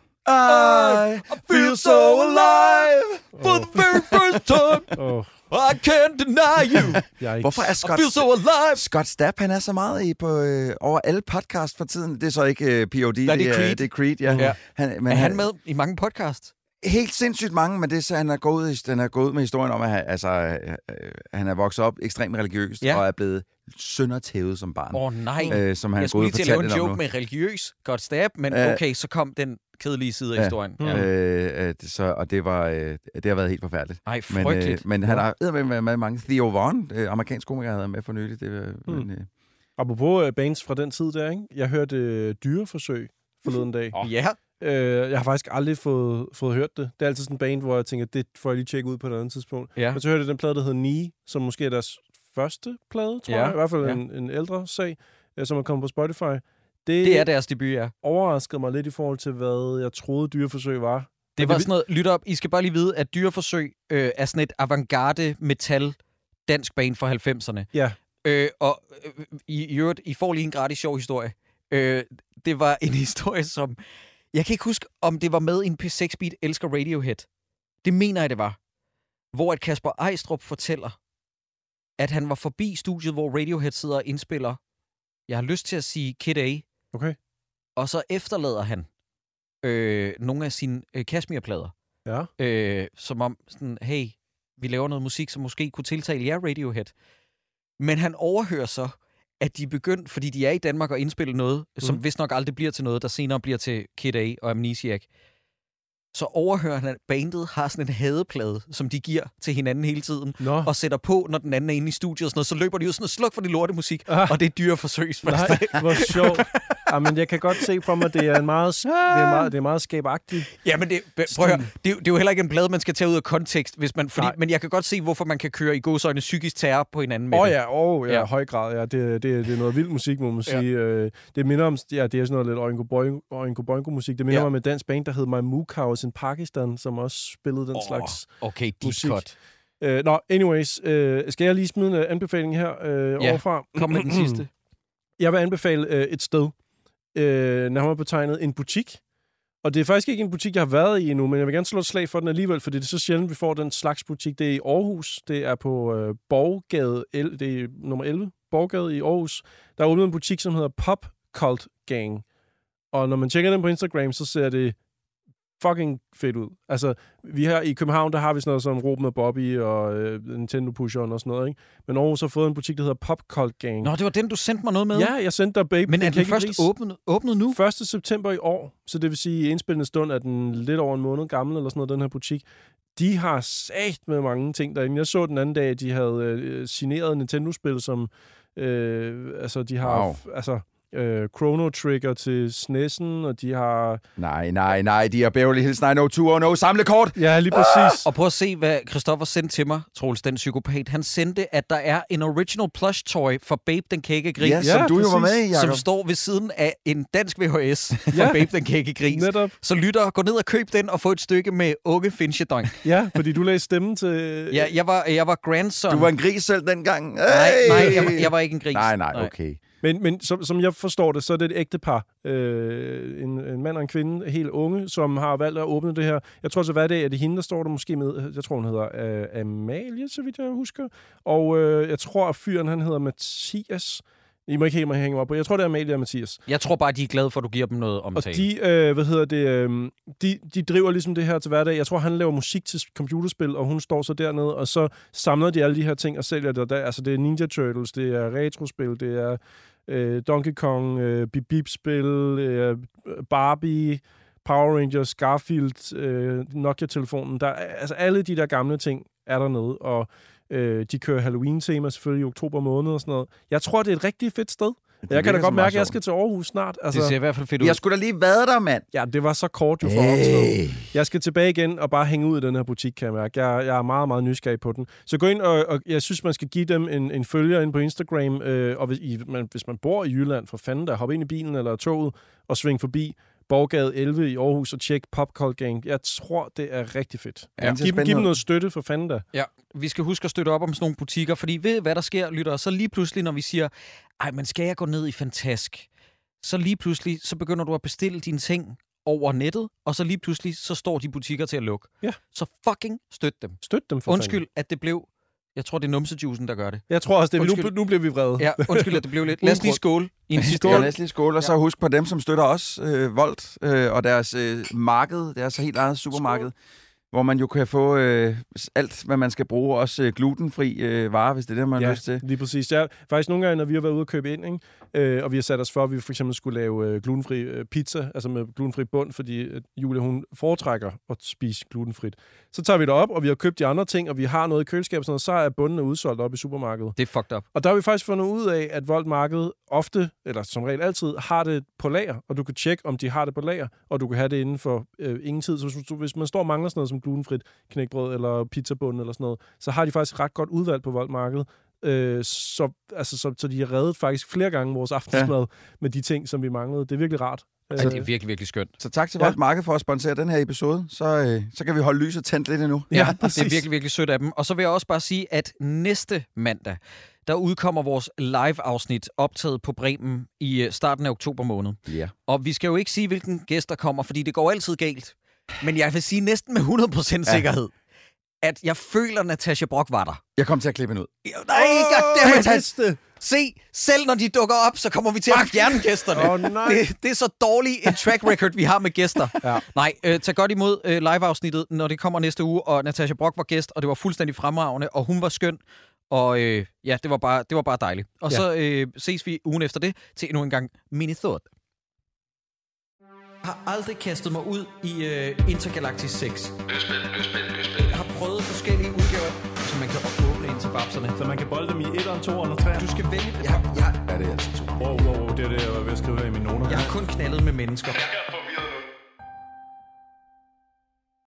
I feel so alive for the very first time. Oh, I can't deny you. jeg er ikke... Hvorfor er I Scott, feel so alive. Scott Stapp, han er så meget i på øh, over alle podcast for tiden? Det er så ikke øh, P O D, Nej, det er Creed. det er Creed, ja. Ja. Han, men Er han med i mange podcasts? Helt sindssygt mange, men det er så, han er gået, ud- han er gået ud med historien om, at han, altså, øh, han er vokset op ekstremt religiøst, Ja. og er blevet søndertævet som barn. Åh oh, nej. øh, som han Jeg er skulle gået lige og til at lave en fortalt lidt om joke nu. med religiøs godt stab, men Øh. okay, så kom den kedelige side af Ja. historien. Mm. Ja. Øh, øh, det- så, og det, var, øh, det har været helt forfærdeligt. Ej, Men, øh, frygteligt. men han har med, med, med mange. Theo Vaughn, øh, amerikansk komiker, havde med for nylig. Det, øh, Hmm. men, øh, Apropos uh, bands fra den tid der, ikke? Jeg hørte uh, Dyreforsøg forleden dag. Ja, Uh, jeg har faktisk aldrig fået, fået hørt det. Det er altid sådan en band, hvor jeg tænker, det får jeg lige tjekke ud på et andet tidspunkt. ja. Men så hørte jeg den plade, der hedder Ni, som måske er deres første plade, tror Ja, jeg. I hvert fald ja. en, en ældre sag, uh, som er kommet på Spotify. Det, Det er deres debut, ja. overraskede mig lidt i forhold til, hvad jeg troede Dyreforsøg var. Det Men var sådan noget, lyt op, I skal bare lige vide, at Dyreforsøg øh, er sådan et avantgarde metal dansk band fra halvfemserne. Ja. Øh, og øh, i, i øvrigt, I får lige en gratis sjov historie. Øh, det var en historie, som... Jeg kan ikke huske, om det var med en P seks Beat elsker Radiohead. Det mener jeg, det var. Hvor at Kasper Ejstrup fortæller, at han var forbi studiet, hvor Radiohead sidder og indspiller. Jeg har lyst til at sige Kid A. Okay. Og så efterlader han øh, nogle af sine øh, Kashmir-plader. Ja. Øh, som om sådan, hey, vi laver noget musik, som måske kunne tiltale jer Radiohead. Men han overhører så, at de er begyndt, fordi de er i Danmark og indspille noget, mm. som vist nok aldrig bliver til noget, der senere bliver til Kid A og Amnesiac. Så overhører han, at bandet har sådan en hadeplade, som de giver til hinanden hele tiden, Nå. og sætter på, når den anden er inde i studiet og sådan noget. Så løber de ud sådan og sluk for det lortemusik, ah. og det er dyre forsøgs. Nej, hvor sjovt. Jamen, jeg kan godt se for mig, at det er en meget, det er meget, det er meget skabagtigt. Ja, men det, prøv at høre, det, er, det er jo heller ikke en plade, man skal tage ud af kontekst, hvis man, fordi, men jeg kan godt se, hvorfor man kan køre i gåseøjne psykisk terror på hinanden med Åh oh, det. ja, oh, ja, ja, høj grad. Ja, det, det, det er noget vild musik, må man sige. Ja. Det minder om, ja, det er sådan noget lidt Oingo Boingo, Oingo Boingo musik. Det minder ja. om en dansk band, der hed Mamook House in Pakistan, som også spillede den oh, slags okay, deep musik. Cut. Uh, Nå, no, anyways. Uh, skal jeg lige smide en anbefaling her uh, ja, overfra? kom med den sidste. Jeg vil anbefale uh, et sted. Uh, nærmere betegnet en butik. Og det er faktisk ikke en butik, jeg har været i endnu, men jeg vil gerne slå et slag for den alligevel, fordi det er så sjældent, vi får den slags butik. Det er i Aarhus. Det er på uh, Borggade, det er nummer elleve, Borggade i Aarhus. Der er åbnet en butik, som hedder Pop Cult Gang. Og når man tjekker den på Instagram, så ser det fucking fedt ud. Altså, vi her i København, der har vi sådan noget som Ruben og Bobby og øh, Nintendo Pusheren og sådan noget, ikke? Men Aarhus har fået en butik, der hedder Pop Cult Gang. Nå, det var den, du sendte mig noget med? Ja, jeg sendte dig Baby. Men er den først åbnet, åbnet nu? første september i år, så det vil sige, i indspillende stund er den lidt over en måned gammel, eller sådan noget, den her butik. De har sagt med mange ting derinde. Jeg så den anden dag, at de havde øh, signeret Nintendo-spil, som øh, altså, de har... Wow. Altså, Øh, Chrono Trigger til S N E S'en, og de har... Nej, nej, nej, de har Beverly Hills nine oh two oh no samlekort! Ja, lige præcis. Ah! Og prøv at se, hvad Christoffer sendte til mig, Troels, den psykopat. Han sendte, at der er en original plush toy for Babe den Kække Gris. Ja, som ja, du jo var med i, Jacob. Som står ved siden af en dansk V H S for ja. Babe den Kække Gris. Netop. Så lytter, gå ned og køb den og få et stykke med unge finchedøgn. Ja, fordi du lagde stemmen til... Ja, jeg var, jeg var grandson. Du var en gris selv dengang. Hey! Nej, nej jeg, var, jeg var ikke en gris. Nej, nej, okay. Men, men som, som jeg forstår det, så er det et ægtepar. Øh, en, en mand og en kvinde, helt unge, som har valgt at åbne det her. Jeg tror så, hvad det er, det hende, der står der måske med. Jeg tror, hun hedder øh, Amalie, så vidt jeg husker. Og øh, jeg tror, at fyren, han hedder Mathias. I må ikke helt hænge mig på. Jeg tror, det er Amalie og Mathias. Jeg tror bare, de er glade for, at du giver dem noget omtale. Og de, øh, hvad hedder det, øh, de, de driver ligesom det her til hverdag. Jeg tror, han laver musik til computerspil, og hun står så dernede, og så samler de alle de her ting og sælger det. Der, altså, det er Ninja Turtles, det er retrospil, det er øh, Donkey Kong, øh, Bip-Bip-spil, øh, Barbie, Power Rangers, Garfield, øh, Nokia-telefonen. Der, altså, alle de der gamle ting er dernede, og Øh, de kører Halloween-tema selvfølgelig i oktober måned og sådan noget. Jeg tror, det er et rigtig fedt sted. Det jeg kan da godt mærke, at jeg skal til Aarhus snart. Altså, det ser i hvert fald fedt ud. Jeg skulle da lige været der, mand. Ja, det var så kort jo for hey. optræde. Jeg skal tilbage igen og bare hænge ud i den her butik, kan jeg mærke. Jeg, jeg er meget, meget nysgerrig på den. Så gå ind, og, og jeg synes, man skal give dem en, en følger ind på Instagram. Øh, og hvis, I, man, hvis man bor i Jylland, for fanden der, hop ind i bilen eller toget og sving forbi Borggade elleve i Aarhus og tjek Pop Cult Gang. Jeg tror, det er rigtig fedt. Ja, giv, giv dem noget støtte for fanden da. Ja, vi skal huske at støtte op om sådan nogle butikker, fordi ved hvad der sker, lytter, så lige pludselig, når vi siger, ej, men skal jeg gå ned i Fantask? Så lige pludselig, så begynder du at bestille dine ting over nettet, og så lige pludselig, så står de butikker til at lukke. Ja. Så fucking støt dem. Støt dem for Undskyld, fanden. at det blev... Jeg tror, det er numsejuicen, der gør det. Jeg tror også, det er, nu, nu bliver vi vrede. Ja, undskyld, at det blev lidt. Lad os lige skåle i en sidste skål. Ja, lad os lige skåle, og så husk på dem, som støtter os, øh, Volt, øh, og deres øh, marked, deres helt eget supermarked, skål. Hvor man jo kan få øh, alt, hvad man skal bruge, også øh, glutenfri øh, varer, hvis det er det, man ja, har lyst til. Lige præcis. Ja, faktisk nogle gange, når vi har været ude og købe ind, ikke? Øh, og vi har sat os for, at vi for eksempel skulle lave øh, glutenfri øh, pizza, altså med glutenfri bund, fordi øh, Julie, hun foretrækker at spise glutenfrit. Så tager vi det op, og vi har købt de andre ting, og vi har noget i køleskabet, sådan noget, så er bundene udsolgt op i supermarkedet. Det er fucked up. Og der har vi faktisk fundet ud af, at Volt Marked ofte, eller som regel altid, har det på lager, og du kan tjekke, om de har det på lager, og du kan have det inden for øh, ingen tid. Så hvis, du, hvis man står og mangler sådan noget som glutenfrit knækbrød eller pizzabund eller sådan noget, så har de faktisk ret godt udvalg på Volt Marked. Øh, så, altså, så, så de har reddet faktisk flere gange vores aftensmad ja. med de ting, som vi manglede. Det er virkelig rart. Altså, det er virkelig, virkelig skønt. Så tak til Volt ja. Marked for at sponsere den her episode. Så, øh, så kan vi holde lyset tændt lidt endnu. Ja, ja det er virkelig, virkelig sødt af dem. Og så vil jeg også bare sige, at næste mandag, der udkommer vores live-afsnit optaget på Bremen i øh, starten af oktober måned. Ja. Og vi skal jo ikke sige, hvilken gæst der kommer, fordi det går altid galt. Men jeg vil sige næsten med hundrede procent Ja. sikkerhed, at jeg føler, at Natasha Brock var der. Jeg kom til at klippe hende ud. Nej, goddammit! Bedste. Se, selv når de dukker op, så kommer vi til at fjerne gæsterne. Åh, nej. Det, det er så dårligt en track record, vi har med gæster. Ja. Nej, øh, tag godt imod øh, live-afsnittet, når det kommer næste uge, og Natasha Brock var gæst, og det var fuldstændig fremragende, og hun var skøn, og øh, ja, det var bare, det var bare dejligt. Og Ja. så øh, ses vi ugen efter det til endnu en gang Mini-Thought. Jeg har aldrig kastet mig ud i øh, Intergalactic seks. Jeg har prøvet forskellige udgaver, så man kan åbne ind til babserne. Så man kan bolde dem i etteren, toeren og treeren. Du skal vælge det. Ja, ja. Er det altså to? Wow, wow, det er det, jeg var ved at skrive her i mine noter. Jeg har kun knaldet med mennesker.